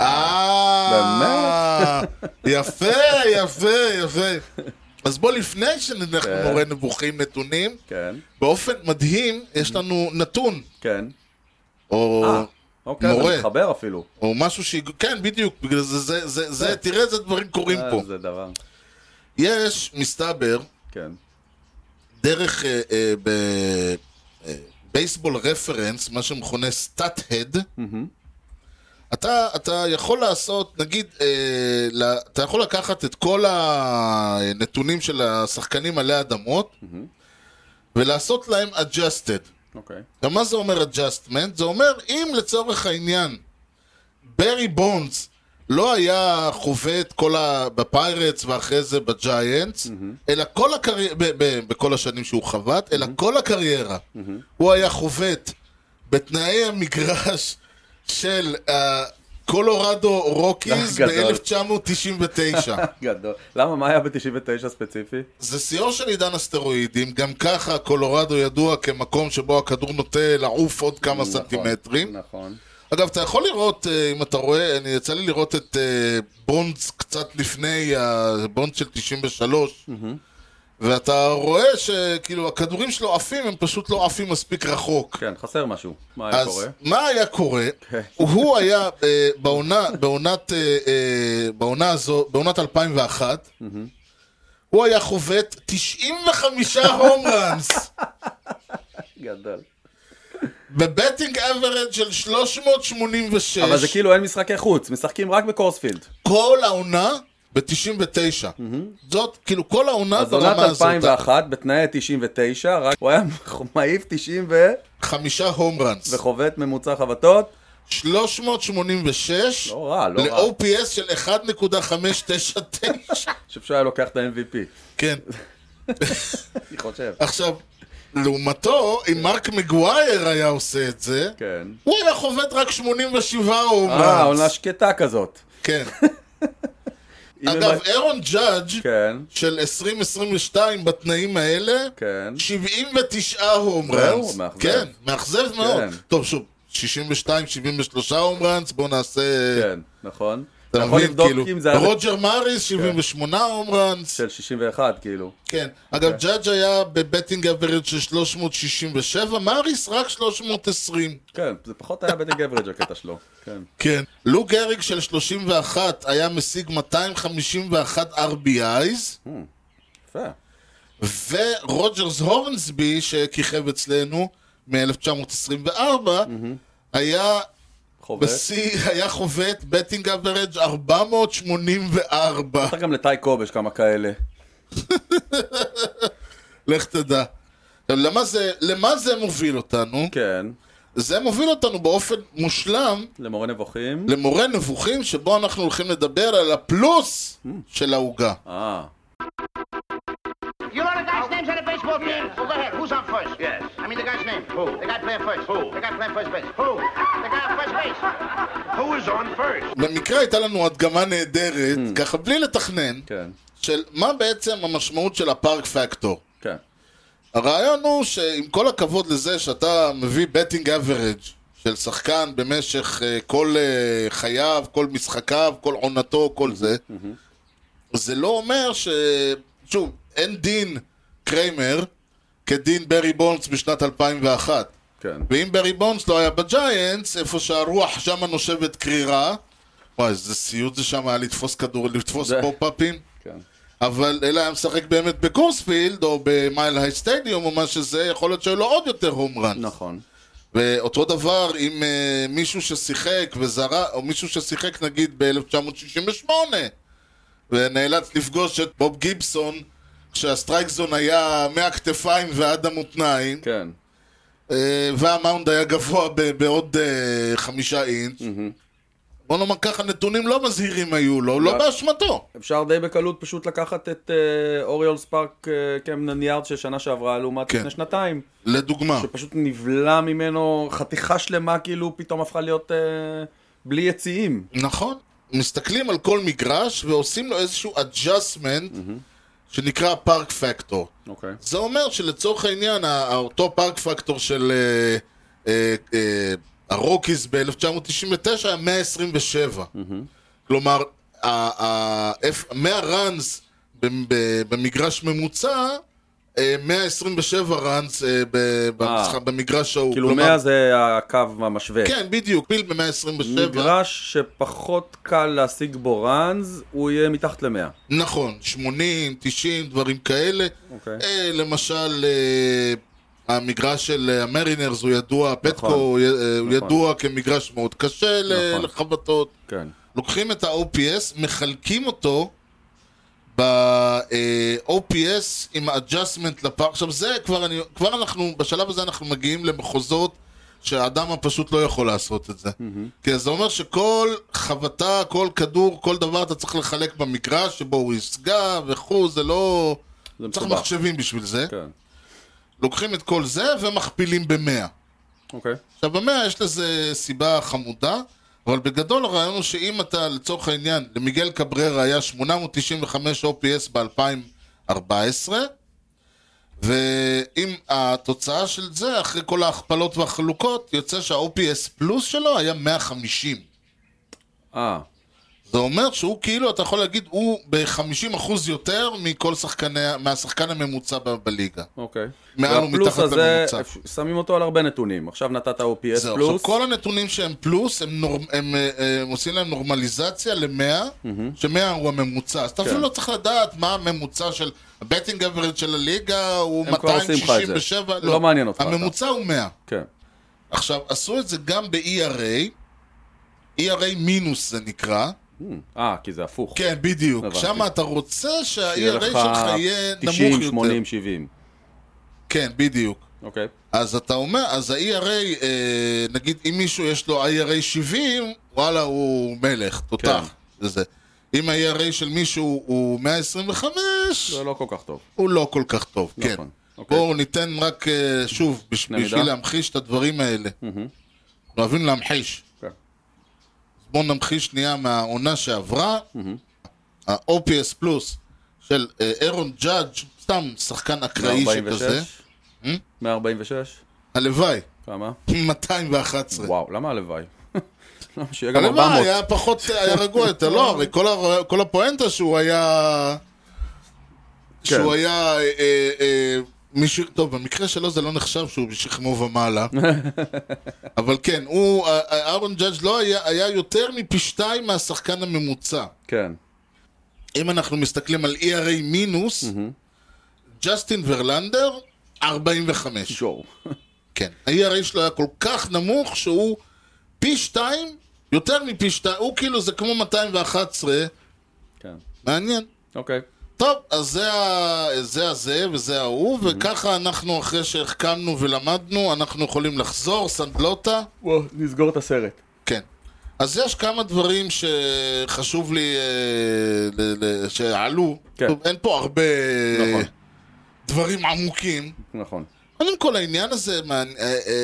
אה, יפה, יפה, יפה. אז בוא לפני שנלך כן. למורה נבוכים נתונים, כן. באופן מדהים יש לנו נתון, כן. או... אה, אוקיי, מורה. זה מתחבר אפילו. או משהו ש... כן, בדיוק, בגלל זה, זה, זה, זה, תראה איזה דברים קורים אה, פה. זה דבר. יש, מסתבר, כן. דרך אה, אה, ב... אה, בייסבול רפרנס, מה שמכונה סטאט-הד, אתה, אתה יכול לעשות, נגיד, אה, לה, אתה יכול לקחת את כל הנתונים של השחקנים עלי אדמות, ולעשות להם adjusted. אוקיי. גם מה זה אומר adjustment? זה אומר, אם לצורך העניין, ברי בונדס לא היה חווה את כל ה... בפיירטס ואחרי זה בג'יינטס, אלא כל הקריירה, ב- ב- בכל השנים שהוא חוות, אלא כל הקריירה, הוא היה חובט בתנאי המגרש של קולורדו רוקיז גדול. ב-אלף תשע מאות תשעים ותשע. גדול. למה, מה היה ב-תשעים ותשע ספציפי? זה שיאו של עידן הסטרואידים, גם ככה קולורדו ידוע כמקום שבו הכדור נוטה לעוף עוד כמה נכון, סנטימטרים. נכון. אגב, אתה יכול לראות, אה, אם אתה רואה, אני יצא לי לראות את אה, בונדס קצת לפני, הבונדס של תשעים ושלוש, ואתה רואה שכאילו הכדורים שלו עפים, הם פשוט לא עפים מספיק רחוק. כן, חסר משהו. מה היה אז קורה? מה היה קורה? כן. הוא היה אה, בעונה, בעונת, אה, אה, בעונה הזו, בעונת אלפיים ואחת, הוא היה חובט תשעים וחמישה הום ראנס, גדול. בבטינג אברד של שלוש מאות שמונים ושש. אבל זה כאילו אין משחקי חוץ, משחקים רק בקורספילד. כל העונה ב-תשעים ותשע. זאת, כאילו, כל העונה אז עונת ברמה הזאת. אלפיים ואחת, בתנאי תשעים ותשע, רק הוא היה מעיף תשעים ו... חמישה הום ראנס. וחובט ממוצע חבטות. שלוש מאות שמונים ושש. לא רע, לא רע. ל-או פי אס של אחת נקודה חמש תשע תשע. אני חושב שהיה לוקח את ה-אם וי פי. כן. אני חושב. עכשיו, לעומתו, אם מרק מגווייר היה עושה את זה, כן. הוא היה חובט רק שמונים ושבעה הום אה, ראנס. עונה שקטה כזאת. כן. אם אגב, הם- אירון ג'אדג' כן, של עשרים עשרים ושתיים בתנאים האלה, כן. שבעים ותשעה הום זהו, ראנס. מאכזב. כן, מאכזב מאוד. כן. טוב, שוב, שישים ושתיים שבעים ושלושה הום ראנס, בואו נעשה... כן, נכון. אתה אתה יכול מבין, לבדוק כאילו, אם זה היה רוג'ר מאריס, שבעים ושמונה הום ראנס. של שישים ואחת, כאילו. כן. אגב, ג'אדג' היה בבטינג אברד של שלוש מאות שישים ושבע, מאריס רק שלוש מאות עשרים. כן, זה פחות היה בטינג אברג' הקטע שלו. כן. כן. לו גריג של שלושים ואחת היה משיג מאתיים חמישים ואחת אר בי איז, יפה. ורוג'רס הורנסבי, שכיכב אצלנו מ-אלף תשע מאות עשרים וארבע, היה חובט. בשיא, היה חובט בטינג אברד ארבע מאות שמונים וארבע. צריך גם לטי קוב יש כמה כאלה. לך תדע. עכשיו, למה זה, למה זה מוביל אותנו? כן. זה מוביל אותנו באופן מושלם למורה נבוכים. למורה נבוכים, שבו אנחנו הולכים לדבר על הפלוס של העוגה. אה. You know the guy's names on the baseball team? Well, go ahead. Who's on first? Yes. I mean the guy's name. Who? The guy playing first. Who? The guy playing first base. Who? The guy on first base. Who is on first? במקרה הייתה לנו הדגמה נהדרת, ככה בלי לתכנן, כן. של מה בעצם המשמעות של הפארק פקטור. כן. הרעיון הוא שעם כל הכבוד לזה שאתה מביא בטינג אברג' של שחקן במשך uh, כל uh, חייו, כל משחקיו, כל עונתו, כל זה, זה לא אומר ש... שוב, אין דין קריימר כדין ברי בונדס בשנת אלפיים ואחת. כן. ואם ברי בונדס לא היה בג'יינטס, איפה שהרוח שמה נושבת קרירה, וואי, איזה סיוט זה שם היה לתפוס כדור, לתפוס זה- פופ-אפים. כן. אבל אלא היה משחק באמת בקורספילד או במייל היי סטדיום או מה שזה, יכול להיות שהיו לו עוד יותר הום ראנס. נכון. ואותו דבר עם uh, מישהו ששיחק וזרה, או מישהו ששיחק נגיד ב-אלף תשע מאות שישים ושמונה ונאלץ לפגוש את בוב גיבסון כשהסטרייק זון היה מהכתפיים ועד המותניים, כן. uh, והמאונד היה גבוה ב- בעוד uh, חמישה אינץ'. בוא נאמר ככה, נתונים לא מזהירים היו לו, לא לא. באשמתו. אפשר די בקלות פשוט לקחת את אה, אוריולס פארק אה, קמנן יארד של שנה שעברה לעומת כן. לפני שנתיים. לדוגמה. שפשוט נבלע ממנו חתיכה שלמה, כאילו פתאום הפכה להיות אה, בלי יציאים. נכון. מסתכלים על כל מגרש ועושים לו איזשהו adjustment שנקרא פארק פקטור. אוקיי. זה אומר שלצורך העניין, ה- אותו פארק פקטור של אה, אה, אה, הרוקיז ב-אלף תשע מאות תשעים ותשע היה מאה עשרים ושבע. כלומר, ה- ה- איפ- מאה ראנס במגרש ממוצע, אה, מאה עשרים ושבע ראנס אה, ב- במשחק- במגרש ההוא. כאילו כלומר, מאה זה הקו המשווה. כן, בדיוק, פיל ב-מאה עשרים ושבע. מגרש שפחות קל להשיג בו ראנז, הוא יהיה מתחת למאה. נכון, שמונים, תשעים, דברים כאלה. אוקיי. אה, למשל, אה, המגרש של המרינרס הוא ידוע, פטקו הוא י- אה, הוא נכון. ידוע כמגרש מאוד קשה ל- נכון. לחבטות. כן. לוקחים את ה-או פי אס, מחלקים אותו ב-או פי אס עם ה-adjustment לפארק. עכשיו זה כבר, אני, כבר אנחנו, בשלב הזה אנחנו מגיעים למחוזות שהאדם הפשוט לא יכול לעשות את זה. כי זה אומר שכל חבטה, כל כדור, כל דבר אתה צריך לחלק במגרש שבו הוא יסגע וכו', זה לא... זה צריך מסובך. מחשבים בשביל זה. כן. לוקחים את כל זה ומכפילים במאה. אוקיי. עכשיו במאה יש לזה סיבה חמודה, אבל בגדול הרעיון הוא שאם אתה לצורך העניין, למיגל קבררה היה שמונה מאות תשעים וחמש או פי אס ב-אלפיים וארבע עשרה, ואם התוצאה של זה, אחרי כל ההכפלות והחלוקות, יוצא שה-או פי אס פלוס שלו היה מאה וחמישים. אה. זה אומר שהוא כאילו, אתה יכול להגיד, הוא ב-חמישים אחוז יותר מכל שחקני, מהשחקן הממוצע ב- בליגה. אוקיי. מעל והפלוס ומתחת הזה, לממוצע. אפ- שמים אותו על הרבה נתונים. עכשיו נתת או פי אס זהו, עכשיו פלוס. כל הנתונים שהם פלוס, הם, נור... הם, אה, אה, הם עושים להם נורמליזציה ל-מאה, ש-מאה הוא הממוצע. אז אתה אפילו לא צריך לדעת מה הממוצע של... הבטינג אברד של הליגה הוא הם כבר עושים לך את זה. מאתיים שישים ושבע. לא מעניין אותך, הממוצע הוא מאה. כן. עכשיו, עשו את זה גם ב-אי אר איי, אי אר איי מינוס זה נקרא. אה, כי זה הפוך. כן, בדיוק. הבנתי. שם אתה רוצה שיהיה שה-אי אר איי לך שלך יהיה נמוך תשעים, יותר. שמונים, שבעים. כן, בדיוק. אוקיי. אז אתה אומר, אז ה-אי אר איי, אה, נגיד אם מישהו יש לו אי אר איי שבעים, וואלה הוא מלך, תותח. כן. זה. אם ה-אי אר איי של מישהו הוא מאה עשרים וחמש, זה לא כל כך טוב. הוא לא כל כך טוב, כן. נכון. אוקיי. בואו ניתן רק, אה, שוב, בש- קנה בשביל מידה. להמחיש את הדברים האלה. מהמם. אוהבים להמחיש. כן. בואו נמחיש שנייה מהעונה שעברה. ה-או פי אס פלוס של אה, אירון ג'אדג', סתם שחקן אקראי מאה ארבעים שכזה. ושש? מאה ארבעים ושש? הלוואי, כמה? מאתיים ואחת עשרה. וואו, למה הלוואי? למה שיהיה גם ארבע הלוואי, מאות? היה פחות, היה רגוע יותר. לא, הרי כל ה- כל הפואנטה שהוא היה... שהוא היה... אה, אה, מישהו, טוב, במקרה שלו זה לא נחשב שהוא בשכמו ומעלה. אבל כן, הוא, אהרון ג'אדג' לא היה, היה יותר מפי שתיים מהשחקן הממוצע. כן. אם אנחנו מסתכלים על אי אר איי מינוס, ג'סטין ורלנדר, ארבעים וחמש. שואו. כן. ה-אי אר איי שלו היה כל כך נמוך שהוא פי שתיים, יותר מפי שתיים, הוא כאילו זה כמו מאתיים ואחת עשרה, כן. מעניין. אוקיי. טוב, אז זה ה- זה הזה וזה ההוא, וככה אנחנו אחרי שהחכמנו ולמדנו, אנחנו יכולים לחזור, סנדלוטה. וואו, נסגור את הסרט. כן. אז יש כמה דברים שחשוב לי אה, ל- ל- שעלו. כן. טוב, אין פה הרבה נכון. דברים עמוקים. נכון. קודם כל העניין הזה, מה, אה, אה,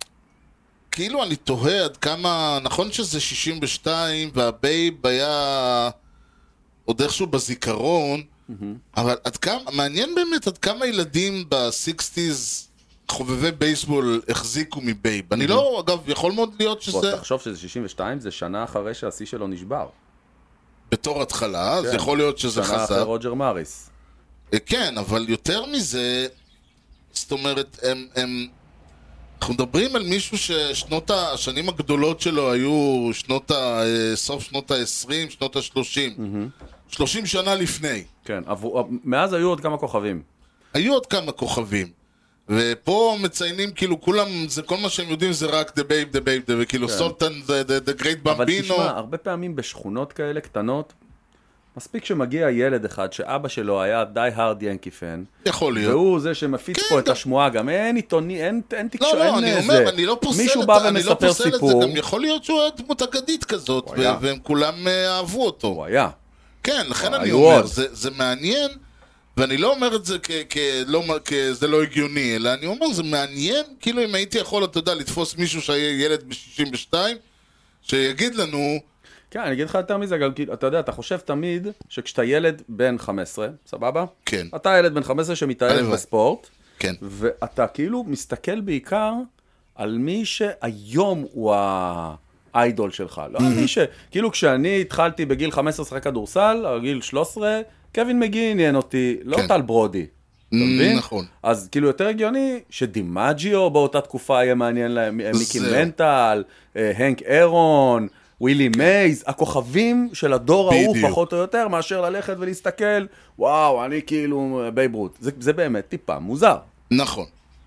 כאילו אני תוהה עד כמה, נכון שזה שישים ושתיים והבייב היה עוד איכשהו בזיכרון, אבל עד כמה, מעניין באמת עד כמה ילדים ב-סיקסטיז חובבי בייסבול החזיקו מבייב. אני לא, אגב, יכול מאוד להיות בוא, שזה תחשוב שזה שישים ושתיים, זה שנה אחרי שהשיא שלו נשבר. בתור התחלה, אז כן. יכול להיות שזה שנה אחרי חזר. רוג'ר מאריס. אה, כן, אבל יותר מזה, זאת אומרת, הם, הם, אנחנו מדברים על מישהו ששנות ה- השנים הגדולות שלו היו שנות ה... אה, סוף שנות ה-עשרים, שנות ה-שלושים. שלושים שנה לפני. כן, עבור- מאז היו עוד כמה כוכבים. היו עוד כמה כוכבים. ופה מציינים, כאילו, כולם, זה כל מה שהם יודעים זה רק The Babe, The Babe, The, וכאילו, סולטן, The, the, the Great אבל Bambino. תשמע, הרבה פעמים בשכונות כאלה קטנות, מספיק שמגיע ילד אחד שאבא שלו היה די הארד ינקי פן, יכול להיות. והוא זה שמפיץ כן, פה את גם- השמועה, גם אין עיתוני, אין, אין לא, תקשורת, לא, אין אני זה. אומר, אני לא פוסל מישהו את בא זה, אני לא ומספר פוסל את זה, סיפור, גם יכול להיות שהוא היה דמות אגדית כזאת, הוא היה. ו- והם כולם אה, אהבו אותו. הוא היה. כן, לכן אני היו אומר, עוד. זה, זה מעניין, ואני לא אומר את זה כ- כ- לא, כ- זה לא הגיוני, אלא אני אומר, זה מעניין, כאילו אם הייתי יכול, אתה יודע, לתפוס מישהו שהיה ילד ב-שישים ושתיים, שיגיד לנו, כן, אני אגיד לך יותר מזה, גם כאילו, אתה יודע, אתה חושב תמיד שכשאתה ילד בן חמש עשרה, סבבה? כן. אתה ילד בן חמש עשרה שמתאהב הלוואי. בספורט, כן, ואתה כאילו מסתכל בעיקר על מי שהיום הוא האיידול שלך. לא על מי ש... כאילו כשאני התחלתי בגיל חמש עשרה לשחק כדורסל, או גיל שלוש עשרה, קווין מגי עניין אותי, לא כן. טל ברודי. אתה מבין? נכון. אז כאילו יותר הגיוני שדימג'יו באותה תקופה יהיה מעניין להם, מיקי זהו. מנטל, אה, הנק אירון, ווילי מייז, הכוכבים של הדור ההוא בדיוק. פחות או יותר, מאשר ללכת ולהסתכל, וואו, אני כאילו בייב רות. זה, זה באמת טיפה מוזר. נכון.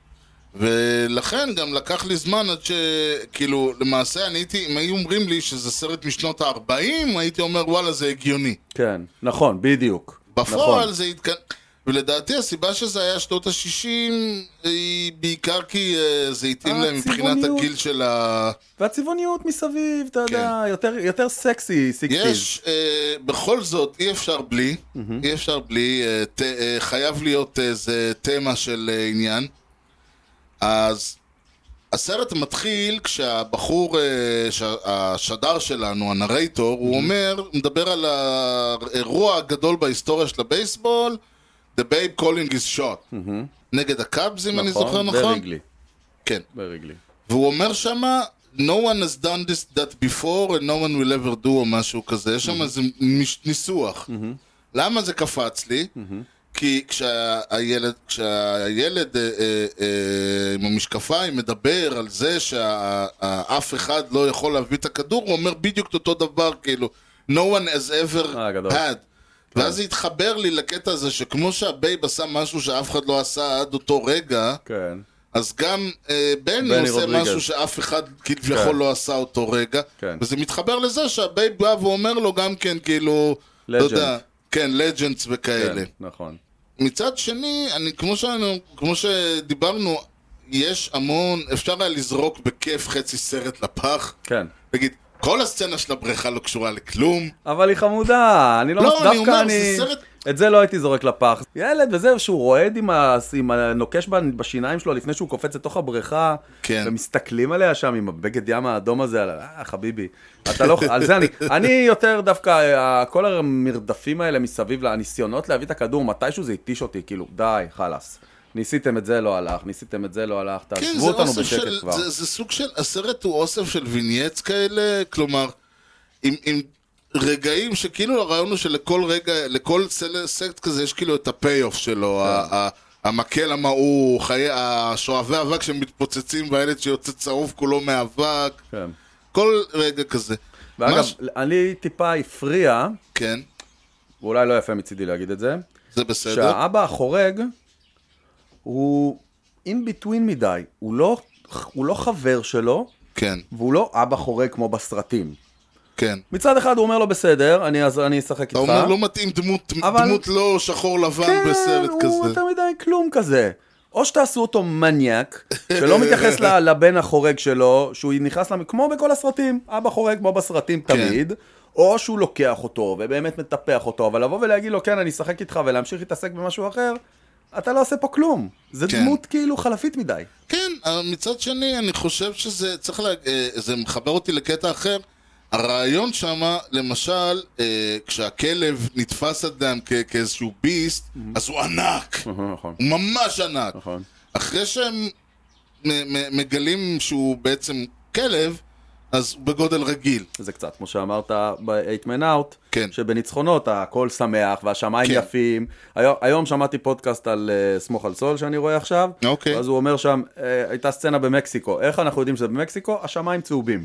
ולכן גם לקח לי זמן עד שכאילו, למעשה אני הייתי, אם היו אומרים לי שזה סרט משנות ה-ארבעים, הייתי אומר, וואלה, זה הגיוני. כן, נכון, בדיוק. בפועל נכון. זה התכנ... ולדעתי הסיבה שזה היה שנות ה-שישים היא בעיקר כי uh, זה התאים להם מבחינת הצבעוניות. הגיל של ה... והצבעוניות מסביב, אתה יודע, כן. יותר, יותר סקסי, סיקסיז. יש, uh, בכל זאת, אי אפשר בלי, אי אפשר בלי, uh, ת, uh, חייב להיות איזה תמה של uh, עניין. אז הסרט מתחיל כשהבחור, uh, השדר שלנו, הנרייטור, הוא אומר, מדבר על האירוע הגדול בהיסטוריה של הבייסבול, The Babe Calling is shot. נגד הקאבס, אם אני זוכר נכון? בריגלי, כן. בריגלי. והוא אומר שמה, no one has done this that before and no one will ever do, או משהו כזה. יש שם איזה מש- ניסוח. למה זה קפץ לי? כי כשהילד, כשהילד אה, אה, אה, עם המשקפיים מדבר על זה שאף אחד לא יכול להביא את הכדור, הוא אומר בדיוק את אותו דבר, כאילו, no one has ever אה, גדול. had. ואז זה התחבר לי לקטע הזה שכמו שהבייב עשה משהו שאף אחד לא עשה עד אותו רגע, כן. אז גם אה, בני בני עושה רודריגז. משהו שאף אחד כביכול כן. לא עשה אותו רגע, כן. וזה מתחבר לזה שהבייב בא ואומר לו גם כן כאילו, לא Legend. יודע, כן, לג'נדס וכאלה. כן, נכון. מצד שני, אני, כמו, שאני, כמו שדיברנו, יש המון, אפשר היה לזרוק בכיף חצי סרט לפח, כן. תגיד, כל הסצנה של הבריכה לא קשורה לכלום. אבל היא חמודה, אני לא... לא, אני דווקא אומר, אני... זה סרט, את זה לא הייתי זורק לפח. ילד וזהו, שהוא רועד עם, ה... עם הנוקש בשיניים שלו לפני שהוא קופץ לתוך הבריכה, כן. ומסתכלים עליה שם עם הבגד ים האדום הזה, אה, חביבי. אתה לא... על זה אני... אני יותר דווקא, כל המרדפים האלה מסביב, הניסיונות להביא את הכדור, מתישהו זה התיש אותי, כאילו, די, חלס. ניסיתם את זה, לא הלך, ניסיתם את זה, לא הלך, תעזבו אותנו בשקט של, כבר. זה, זה סוג של, הסרט הוא אוסף של וינייטס כאלה, כלומר, עם, עם רגעים שכאילו הרעיון הוא שלכל רגע, לכל סקט כזה יש כאילו את הפי-אוף שלו, כן. ה- ה- המקל המעוך, חיי, השואבי אבק שמתפוצצים והילד שיוצא צרוף כולו מאבק, כן. כל רגע כזה. ואגב, ממש- אני טיפה הפריע, כן, ואולי לא יפה מצידי להגיד את זה, זה בסדר. שהאבא החורג הוא in between מדי, הוא לא, הוא לא חבר שלו, כן, והוא לא אבא חורג כמו בסרטים. כן. מצד אחד הוא אומר לו בסדר, אני, אז אני אשחק איתך. אתה אומר לא מתאים דמות, אבל- דמות לא שחור לבן כן, בסרט הוא כזה. יותר מדי כלום כזה. או שתעשו אותו מניאק, שלא מתייחס ל- לבן החורג שלו, שהוא נכנס למ... כמו בכל הסרטים, אבא חורג כמו בסרטים תמיד, או שהוא לוקח אותו ובאמת מטפח אותו, אבל לבוא ולהגיד לו, כן, אני אשחק איתך ולהמשיך להתעסק במשהו אחר, אתה לא עושה פה כלום. זה כן. דמות כאילו חלפית מדי. כן, אבל מצד שני, אני חושב שזה צריך לה... אה, זה מחבר אותי לקטע אחר. הרעיון שמה, למשל, אה, כשהכלב נתפס אדם כ- כאיזשהו ביסט, אז הוא ענק. נכון, הוא ממש ענק. נכון. אחרי שהם מ- מ- מגלים שהוא בעצם כלב, אז הוא בגודל רגיל. זה קצת, כמו שאמרת ב-eight man out, כן. שבניצחונות הכל שמח והשמיים כן. יפים. היום, היום שמעתי פודקאסט על uh, סמוך על סול שאני רואה עכשיו, אוקיי. אז הוא אומר שם, uh, הייתה סצנה במקסיקו. איך אנחנו יודעים שזה במקסיקו? השמיים צהובים.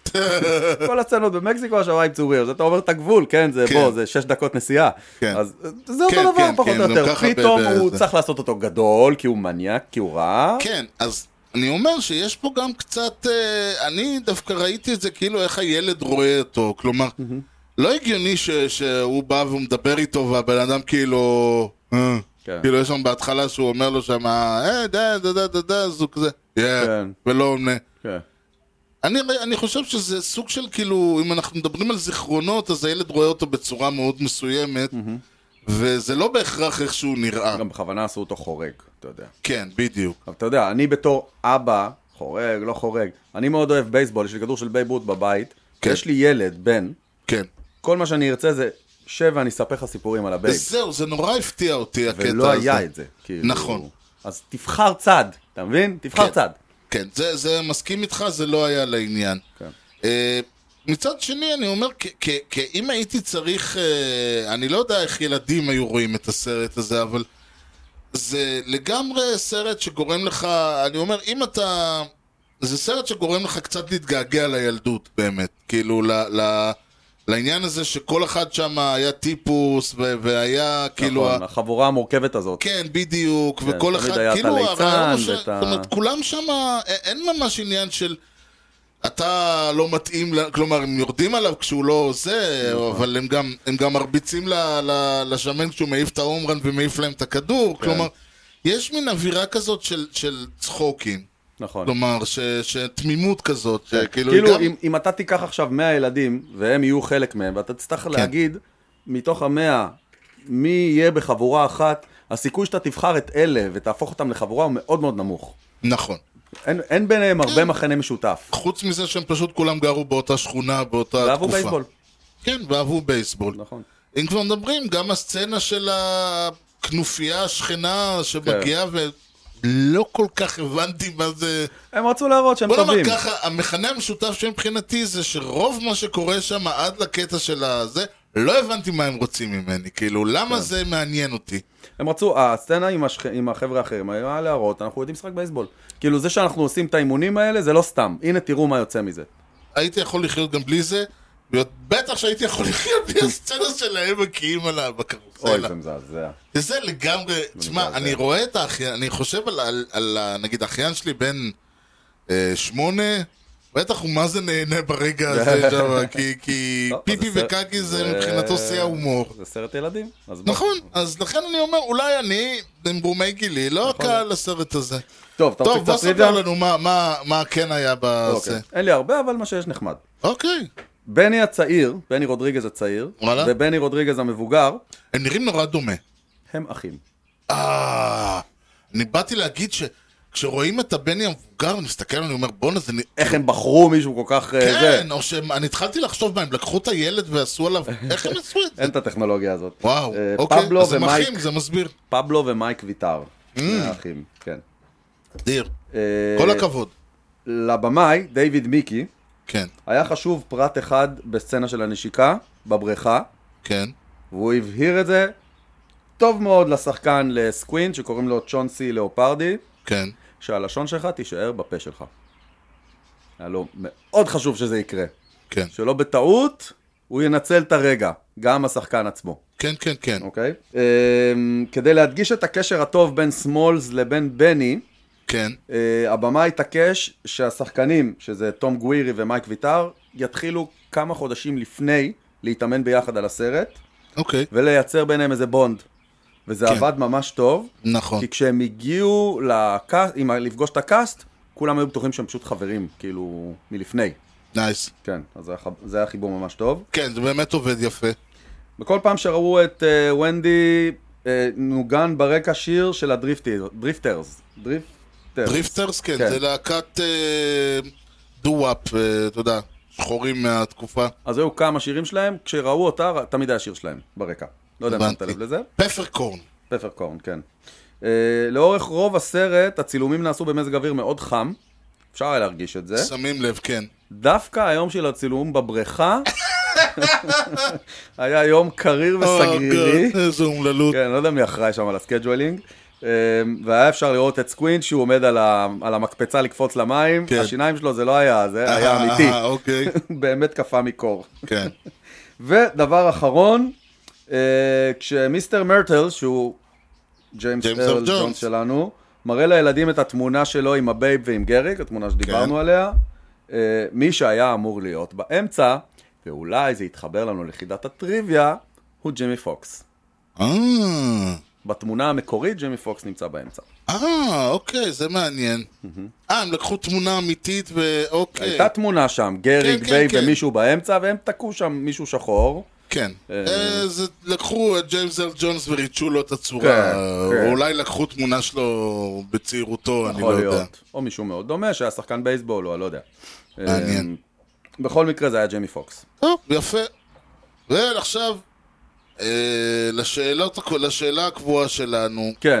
כל הסצנות במקסיקו השמיים צהובים. אז אתה עובר את הגבול, כן? זה כן. בוא, זה שש דקות נסיעה. כן. אז זה אותו כן, דבר כן, פחות כן, או גם יותר. ככה פתאום ב- הוא זה. צריך לעשות אותו גדול, כי הוא מניאק, כי הוא רע. כן, אז אני אומר שיש פה גם קצת, אה, אני דווקא ראיתי את זה כאילו איך הילד רואה אותו, כלומר, לא הגיוני ש, שהוא בא והוא מדבר איתו והבן אדם כאילו, אה, כן. כאילו יש שם בהתחלה שהוא אומר לו שם, אה, דה, דה, דה, דה, דה, אז הוא כזה, yeah, כן. ולא עונה. כן. אני, אני חושב שזה סוג של כאילו, אם אנחנו מדברים על זיכרונות, אז הילד רואה אותו בצורה מאוד מסוימת, וזה לא בהכרח איך שהוא נראה. גם בכוונה עשו אותו חורג, אתה יודע. כן, בדיוק. אבל אתה יודע, אני בתור אבא, חורג, לא חורג, אני מאוד אוהב בייסבול, יש לי כדור של בייב רות בבית, כן. יש לי ילד, בן, כן. כל מה שאני ארצה זה שב ואני אספר לך סיפורים על הבייב. וזהו, זה נורא הפתיע אותי הקטע הזה. ולא היה את זה. כאילו. נכון. אז תבחר צד, אתה מבין? תבחר כן. צד. כן, זה, זה מסכים איתך, זה לא היה לעניין. כן. אה, מצד שני, אני אומר, כ- כ- כ- אם הייתי צריך, אה, אני לא יודע איך ילדים היו רואים את הסרט הזה, אבל זה לגמרי סרט שגורם לך, אני אומר, אם אתה, זה סרט שגורם לך קצת להתגעגע לילדות, באמת. כאילו, ל... ל לעניין הזה שכל אחד שם היה טיפוס ו- והיה כאילו... נכון, החבורה המורכבת הזאת. כן, בדיוק, כן, וכל תמיד אחד, היה את כאילו, הליצן הרעיון הוא ש... ואת ה- זאת אומרת, כולם שם, אין ממש עניין של... אתה לא מתאים, ל- כלומר, הם יורדים עליו כשהוא לא זה, אבל הם גם, הם גם מרביצים ל- ל- לשמן כשהוא מעיף את האומרן ומעיף להם את הכדור, כלומר, יש מין אווירה כזאת של, של צחוקים, נכון. כלומר, ש- שתמימות כזאת, שכאילו... כאילו, גם... אם, אם אתה תיקח עכשיו מאה ילדים, והם יהיו חלק מהם, ואתה תצטרך כן. להגיד, מתוך המאה, מי יהיה בחבורה אחת, הסיכוי שאתה תבחר את אלה ותהפוך אותם לחבורה הוא מאוד מאוד נמוך. נכון. אין, אין ביניהם הרבה כן. מחנה משותף. חוץ מזה שהם פשוט כולם גרו באותה שכונה, באותה תקופה. ואהבו בייסבול. כן, ואהבו בייסבול. נכון. אם כבר מדברים, גם הסצנה של הכנופיה השכנה שמגיעה ולא כל כך הבנתי מה זה... הם רצו להראות שהם בוא נאמר טובים. ככה, המכנה המשותף שמבחינתי זה שרוב מה שקורה שם עד לקטע של הזה, לא הבנתי מה הם רוצים ממני, כאילו, למה זה מעניין אותי? הם רצו, הסצנה עם, השכ... עם החבר'ה האחרים, היה להראות, אנחנו יודעים לשחק בייסבול. כאילו זה שאנחנו עושים את האימונים האלה, זה לא סתם. הנה תראו מה יוצא מזה. הייתי יכול לחיות גם בלי זה, בטח שהייתי יכול לחיות בלי הסצנה שלהם מקיאים עליו אוי, בקרוסלה. זה מזעזע. וזה לגמרי, תשמע, אני רואה את האחיין, אני חושב על, על, על נגיד, האחיין שלי בן אה, שמונה, בטח הוא מה זה נהנה ברגע הזה שם, כי, כי לא, פיפי זה- וקקי זה זה- מבחינתו שיא ההומור. זה סרט ילדים. אז בוא. נכון, אז לכן אני אומר, אולי אני, במרומי גילי, לא הקהל לסרט הזה. טוב, אתה רוצה טוב, בוא קצת ספר טריוויה? לנו מה, מה, מה כן היה אוקיי. בזה. אין לי הרבה, אבל מה שיש נחמד. אוקיי, בני הצעיר, בני רודריגז הצעיר, וואלה? ובני רודריגז המבוגר, הם נראים נורא דומה. הם אחים. אה, אני באתי להגיד שכשרואים את הבני המבוגר, אני מסתכל, אני אומר, בואנה, זה... איך הם בחרו מישהו כל כך... אה, זה. כן, או שאני התחלתי לחשוב מה, הם לקחו את הילד ועשו עליו, איך הם עשו את זה? אין את הטכנולוגיה הזאת. וואו, אה, אוקיי, פבלו אז הם ומייק- אחים, זה מסביר. פבלו ומייק ויטר. שני אחים, כן. אדיר, אה, כל הכבוד. לבמאי, דיוויד מיקי, כן, היה חשוב פרט אחד בסצנה של הנשיקה, בבריכה, כן, והוא הבהיר את זה טוב מאוד לשחקן לסקווין, שקוראים לו צ'ונסי לאופרדי, כן. שהלשון שלך תישאר בפה שלך. היה לו מאוד חשוב שזה יקרה. כן, שלא בטעות, הוא ינצל את הרגע, גם השחקן עצמו. כן, כן, כן. אוקיי? אמ, כדי להדגיש את הקשר הטוב בין סמולס לבין בני, כן, אה, הבמה התעקש שהשחקנים, שזה תום גווירי ומייק ויטר, יתחילו כמה חודשים לפני להתאמן ביחד על הסרט, אוקיי, ולייצר ביניהם איזה בונד. וזה כן. עבד ממש טוב, נכון. כי כשהם הגיעו לקאסט, עם ה- לפגוש את הקאסט, כולם היו בטוחים שהם פשוט חברים, כאילו, מלפני. נייס. כן, אז זה היה ח- זה היה חיבור ממש טוב. כן, זה באמת עובד יפה. בכל פעם שראו את uh, ונדי, uh, נוגן ברקע שיר של הדריפטר, דריפטרס. דריפטרס. דריפטרס, כן, כן. זה להקת אה, דו-וואפ, אה, אתה יודע, שחורים מהתקופה. אז היו כמה שירים שלהם, כשראו אותה, תמיד היה שיר שלהם ברקע. לא יודע אם שמת הבנתי. לב לזה. פפרקורן. פפרקורן, כן. Uh, לאורך רוב הסרט, הצילומים נעשו במזג אוויר מאוד חם. אפשר היה להרגיש את זה. שמים לב, כן. דווקא היום של הצילום בבריכה, היה יום קריר וסגרירי. אה, איזה אומללות. כן, לא יודע מי אחראי שם על הסקייג'ואלינג. והיה אפשר לראות את סקווין שהוא עומד על, ה, על המקפצה לקפוץ למים. כן. השיניים שלו זה לא היה, זה היה אה, אמיתי. אה, אוקיי, באמת קפה מקור. כן. ודבר אחרון, אה, כשמיסטר מרטל, שהוא ג'יימס ג'יימס ארל ארל ג'ונס. ג'ונס שלנו, מראה לילדים את התמונה שלו עם הבייב ועם גריק, התמונה שדיברנו כן. עליה, אה, מי שהיה אמור להיות באמצע, ואולי זה יתחבר לנו לחידת הטריוויה, הוא ג'ימי פוקס. אה, בתמונה המקורית, ג'ימי פוקס נמצא באמצע. אה, אוקיי, זה מעניין. אה, הם לקחו תמונה אמיתית ואוקיי. הייתה תמונה שם, גריק, כן, כן, בייב כן. ומישהו באמצע, והם תקעו שם מישהו שחור. כן. אה, אה, זה- לקחו את ג'יימס ארל ג'ונס וריצ'ו לו את הצורה. כן, כן. או אולי לקחו תמונה שלו בצעירותו, אני לא יכול יודע. להיות. או מישהו מאוד דומה, שהיה שחקן בייסבול, או אני לא יודע. מעניין. אה, בכל מקרה זה היה ג'ימי פוקס. טוב, יפה. ועכשיו, אה, לשאלות, לשאלה הקבועה שלנו, כן.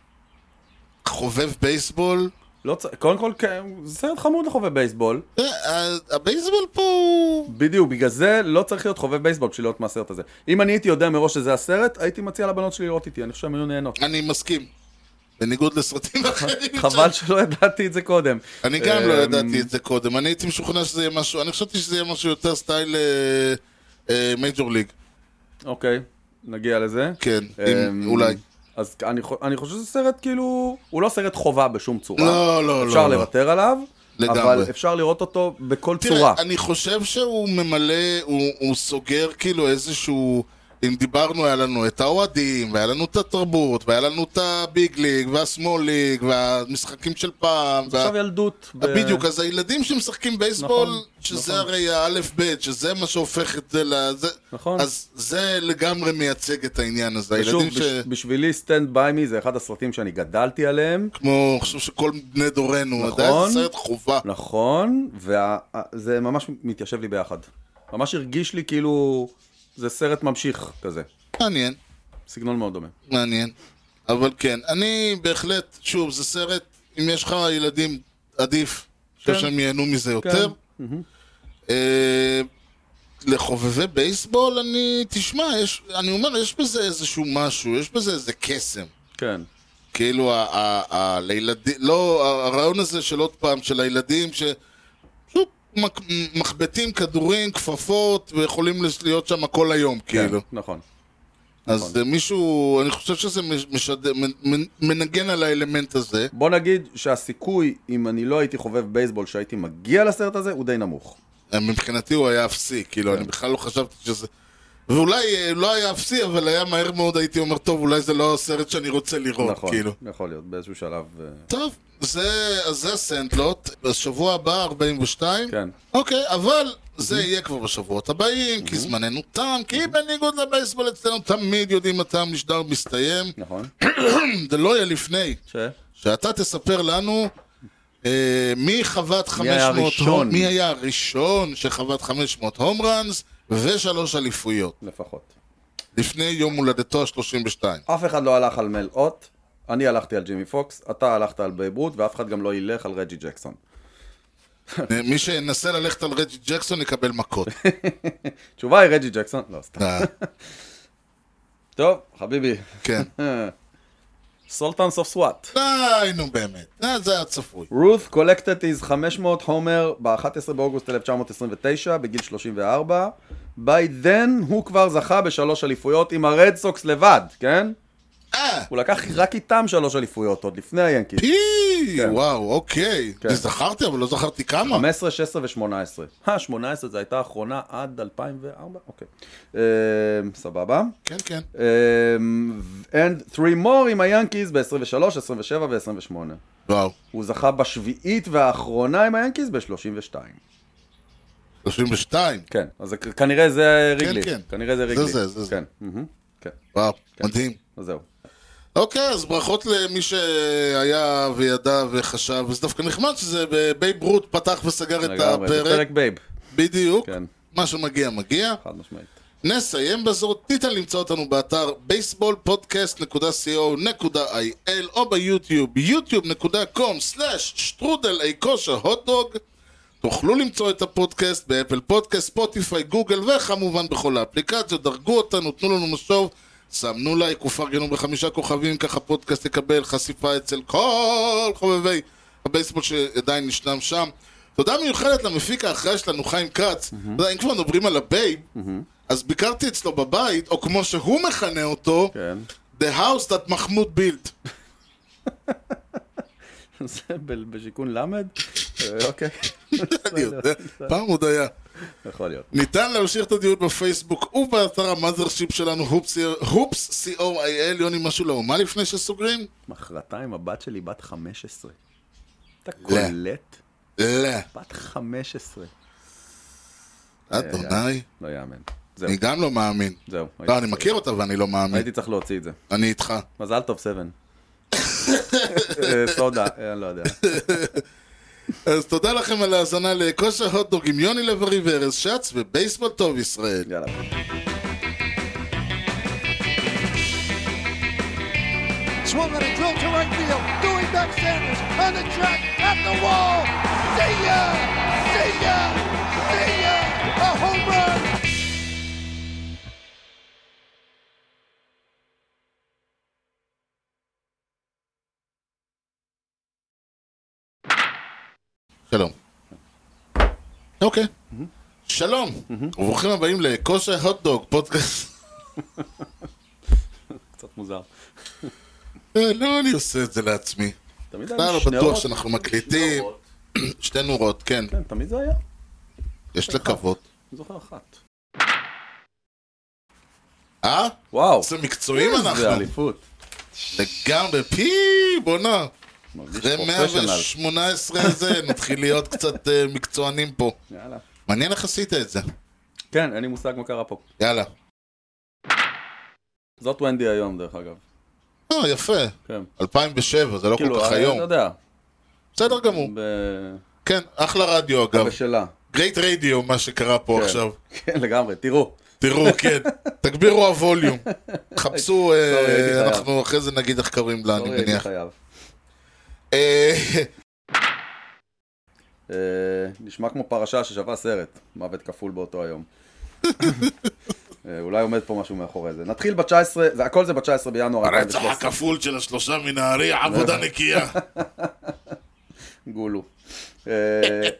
חובב בייסבול? לא צ... קודם כל, כן, זה סרט חמוד לחובב בייסבול. אה, ה- הבייסבול פה הוא... בדיוק, בגלל זה לא צריך להיות חובב בייסבול בשביל להיות מהסרט הזה. אם אני הייתי יודע מראש שזה הסרט, הייתי מציע לבנות שלי לראות איתי, אני חושב שהם היו נהנות. אני מסכים. בניגוד לסרטים אחרים. חבל שלא ידעתי את זה קודם. אני גם לא אמ, ידעתי את זה קודם. אני הייתי משוכנע שזה יהיה משהו, אני חשבתי שזה יהיה משהו יותר סטייל מייג'ור ליג. אוקיי, נגיע לזה. כן, אמ, אם- אולי. אז אני, חו- אני חושב שזה סרט כאילו, הוא לא סרט חובה בשום צורה. לא, לא, לא. אפשר לא. לוותר עליו, לגמרי. אבל אפשר לראות אותו בכל צורה. תראה, אני חושב שהוא ממלא, הוא, הוא סוגר כאילו איזשהו, אם דיברנו, היה לנו את האוהדים, והיה לנו את התרבות, והיה לנו את הביג ליג, והסמול ליג, והמשחקים של פעם. עכשיו ילדות. ב- בדיוק, אז הילדים שמשחקים בייסבול, נכון, שזה נכון. הרי האלף בית, שזה מה שהופך את זה לזה, נכון. אז זה לגמרי מייצג את העניין הזה. ושוב, הילדים ש... בש- בשבילי סטנד ביי מי זה אחד הסרטים שאני גדלתי עליהם. כמו, אני חושב שכל בני דורנו, נכון. עדיין זה סרט חובה. נכון, וזה ממש מתיישב לי ביחד. ממש הרגיש לי כאילו זה סרט ממשיך כזה. מעניין. סגנון מאוד דומה. מעניין. אבל כן, אני בהחלט, שוב, זה סרט, אם יש לך ילדים, עדיף, כן. שהם ייהנו מזה יותר. כן. אה, לחובבי בייסבול, אני, תשמע, יש, אני אומר, יש בזה איזשהו משהו, יש בזה איזה קסם. כן. כאילו, ה- ה- ה- לילדים, לא, הרעיון הזה של עוד פעם, של הילדים ש... פשוט מק- מחבטים כדורים, כפפות, ויכולים להיות שם כל היום, כאילו. כן, נכון. אז אה, מישהו, אני חושב שזה משדר, מנ- מנגן על האלמנט הזה. בוא נגיד שהסיכוי, אם אני לא הייתי חובב בייסבול, שהייתי מגיע לסרט הזה, הוא די נמוך. מבחינתי הוא היה אפסי, כאילו, אני בכלל לא חשבתי שזה... ואולי לא היה אפסי, אבל היה מהר מאוד, הייתי אומר, טוב, אולי זה לא הסרט שאני רוצה לראות, נכון, כאילו. יכול להיות, באיזשהו שלב. טוב, זה, אז זה סנדלוט, בשבוע הבא ארבעים ושתיים. כן. אוקיי, אבל זה יהיה כבר בשבועות הבאים, כי זמננו תם, כי בניגוד לבייסבול אצלנו תמיד יודעים מתי המשדר מסתיים. נכון. זה לא יהיה לפני. ש? שאתה תספר לנו אה, מי חוות חמש מאות... היה הראשון? מי היה הראשון שחוות חמש מאות הום ראנס ושלוש אליפויות. לפחות. לפני יום הולדתו ה-שלושים ושתיים. אף אחד לא הלך על מל אוט, אני הלכתי על ג'ימי פוקס, אתה הלכת על בייב רות, ואף אחד גם לא ילך על רג'י ג'קסון. מי שינסה ללכת על רג'י ג'קסון יקבל מכות. תשובה היא רג'י ג'קסון? לא, סתם. אה, טוב, חביבי. כן. סולטנס אוף סוואט. די, נו באמת. אה, זה היה צפוי. רות collected his חמש מאות הומר ב-אחד עשר באוגוסט אלף תשע מאות עשרים ותשע בגיל שלושים וארבע. by then הוא כבר זכה בשלוש אליפויות עם הרד סוקס לבד, כן? אה, הוא לקח רק איתם שלוש אליפויות עוד לפני היאנקיז. פי, כן. וואו, אוקיי. כן. אני זכרתי, אבל לא זכרתי כמה. חמש עשרה, שש עשרה ו-שמונה עשרה. אה, שמונה עשרה זה הייתה האחרונה עד אלפיים וארבע? אוקיי. אה, סבבה. כן, כן. אה, and three more עם היאנקיז ב-עשרים ושלוש, עשרים ושבע ו-עשרים ושמונה. וואו. הוא זכה בשביעית והאחרונה עם היאנקיז ב-שלושים ושתיים. שלושים ושתיים. כן, אז זה- כנראה זה ריגלי. כן. כנראה זה זה ריגלי. זה, זה זה. כן, מהמם, כן, וואו, מדהים. אז זהו. אוקיי, אז ברכות למי שהיה וידע וחשב, וזה דווקא נחמד שזה בייב רות פתח וסגר את לגמרי, זה הפרק. פרק בייב. בדיוק. כן, מה שמגיע, מגיע. חד משמעית. נסיים בזאת, ניתן למצוא אותנו באתר בייסבול פודקאסט נקודה סי או נקודה איי אל או ביוטיוב, יוטיוב נקודה קום סלאש שטרודל אי כושר הוטדוג. תוכלו למצוא את הפודקאסט באפל פודקאסט, ספוטיפיי, גוגל וכמובן בכל האפליקציות. דרגו אותנו, תנו לנו משוב, סמנו לייק ופרגנו בחמישה כוכבים, ככה פודקאסט יקבל חשיפה אצל כל חובבי הבייסבול שעדיין נשנם שם. תודה מיוחדת למפיק האחראי שלנו, חיים כץ. אתה יודע, אם כבר מדברים על הבייב, אז ביקרתי אצלו בבית, או כמו שהוא מכנה אותו, כן. The house that מחמוד built. זה ב- בשיכון למד? אה, אוקיי. אני יודע, פעם עוד היה. יכול להיות. ניתן להמשיך את הדיון בפייסבוק ובאתר המאזרשיפ שלנו, הופס סי או איי אל. יוני, משהו לאומה לפני שסוגרים? מחרתיים הבת שלי בת חמש עשרה. אתה קולט? לא. בת חמש עשרה. אדוני, לא יאמן. זהו, אני גם לא מאמין. זהו. לא, אני מכיר אותה ואני לא מאמין. הייתי צריך להוציא את זה. אני איתך. מזל טוב, סבן. אה, סודה, אה, אני לא יודע. אז תודה לכם על ההאזנה לכושר הוטדוג עם יוני לב-ארי וארז שץ ובייסבול טוב ישראל. יאללה. Swung on a drill to right field. Doing back Sanders on the track at the wall. See ya! See ya! See ya! A home run! שלום. אוקיי. שלום. וברוכים הבאים לכושר הוטדוג, פודקאסט. קצת מוזר. אה, לא, אני עושה את זה לעצמי. תמיד אתה היה לא שני בטוח אורות. שאנחנו מקליטים. אורות. שתי נורות, כן. כן, תמיד זה היה. יש לקוות. אני זוכר אחת. אה? וואו. זה מקצועיים זה אנחנו. אליפות. לגמרי, פי, בואנה. מרגיש זה מאה פרופשיונל. ושמונה עשרה הזה, נתחיל להיות קצת אה, מקצוענים פה. יאללה. מעניין איך עשית את זה. כן, אין לי מושג מה קרה פה. יאללה. זאת ונדי היום, דרך אגב. אה, יפה. כן. אלפיים ושבע, זה לא כאילו, כל כך אני היום. לא יודע. בסדר גמור. ב- כן, אחלה רדיו אגב. בשלה. גרייט רדיו, מה שקרה פה כן. עכשיו. כן, לגמרי, תראו. תראו, כן. תגבירו הווליום. חפשו, אה, סורי, הייתי חייב. אנחנו אחרי זה נגיד איך קוראים לה, אני סורי, הייתי מניח. חייב. אה, אה, נשמע כמו פרשה ששווה סרט. מוות כפול באותו היום. אה, אולי עומד פה משהו מאחורי זה. נתחיל ב-תשע עשרה, והכל זה ב-תשע עשרה בינואר אלפיים הרצח ושלוש עשרה. הכפול של השלושה מנהרי, עבודה נקייה. גולו. אה,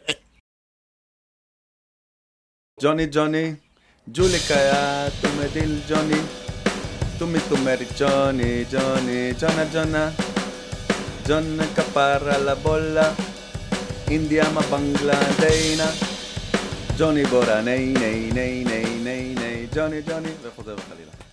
ג'וני ג'וני, ג'ולי קיה, תומדיל ג'וני, תומי תומרי ג'וני, ג'וני, ג'ונה ג'ונה, ג'ונה כפרה לבולה, אינדיה מבנגלה דיינה, ג'וני בורה, ניי ניי ניי ניי ניי ניי, ג'וני ג'וני, וחוזר וחלילה.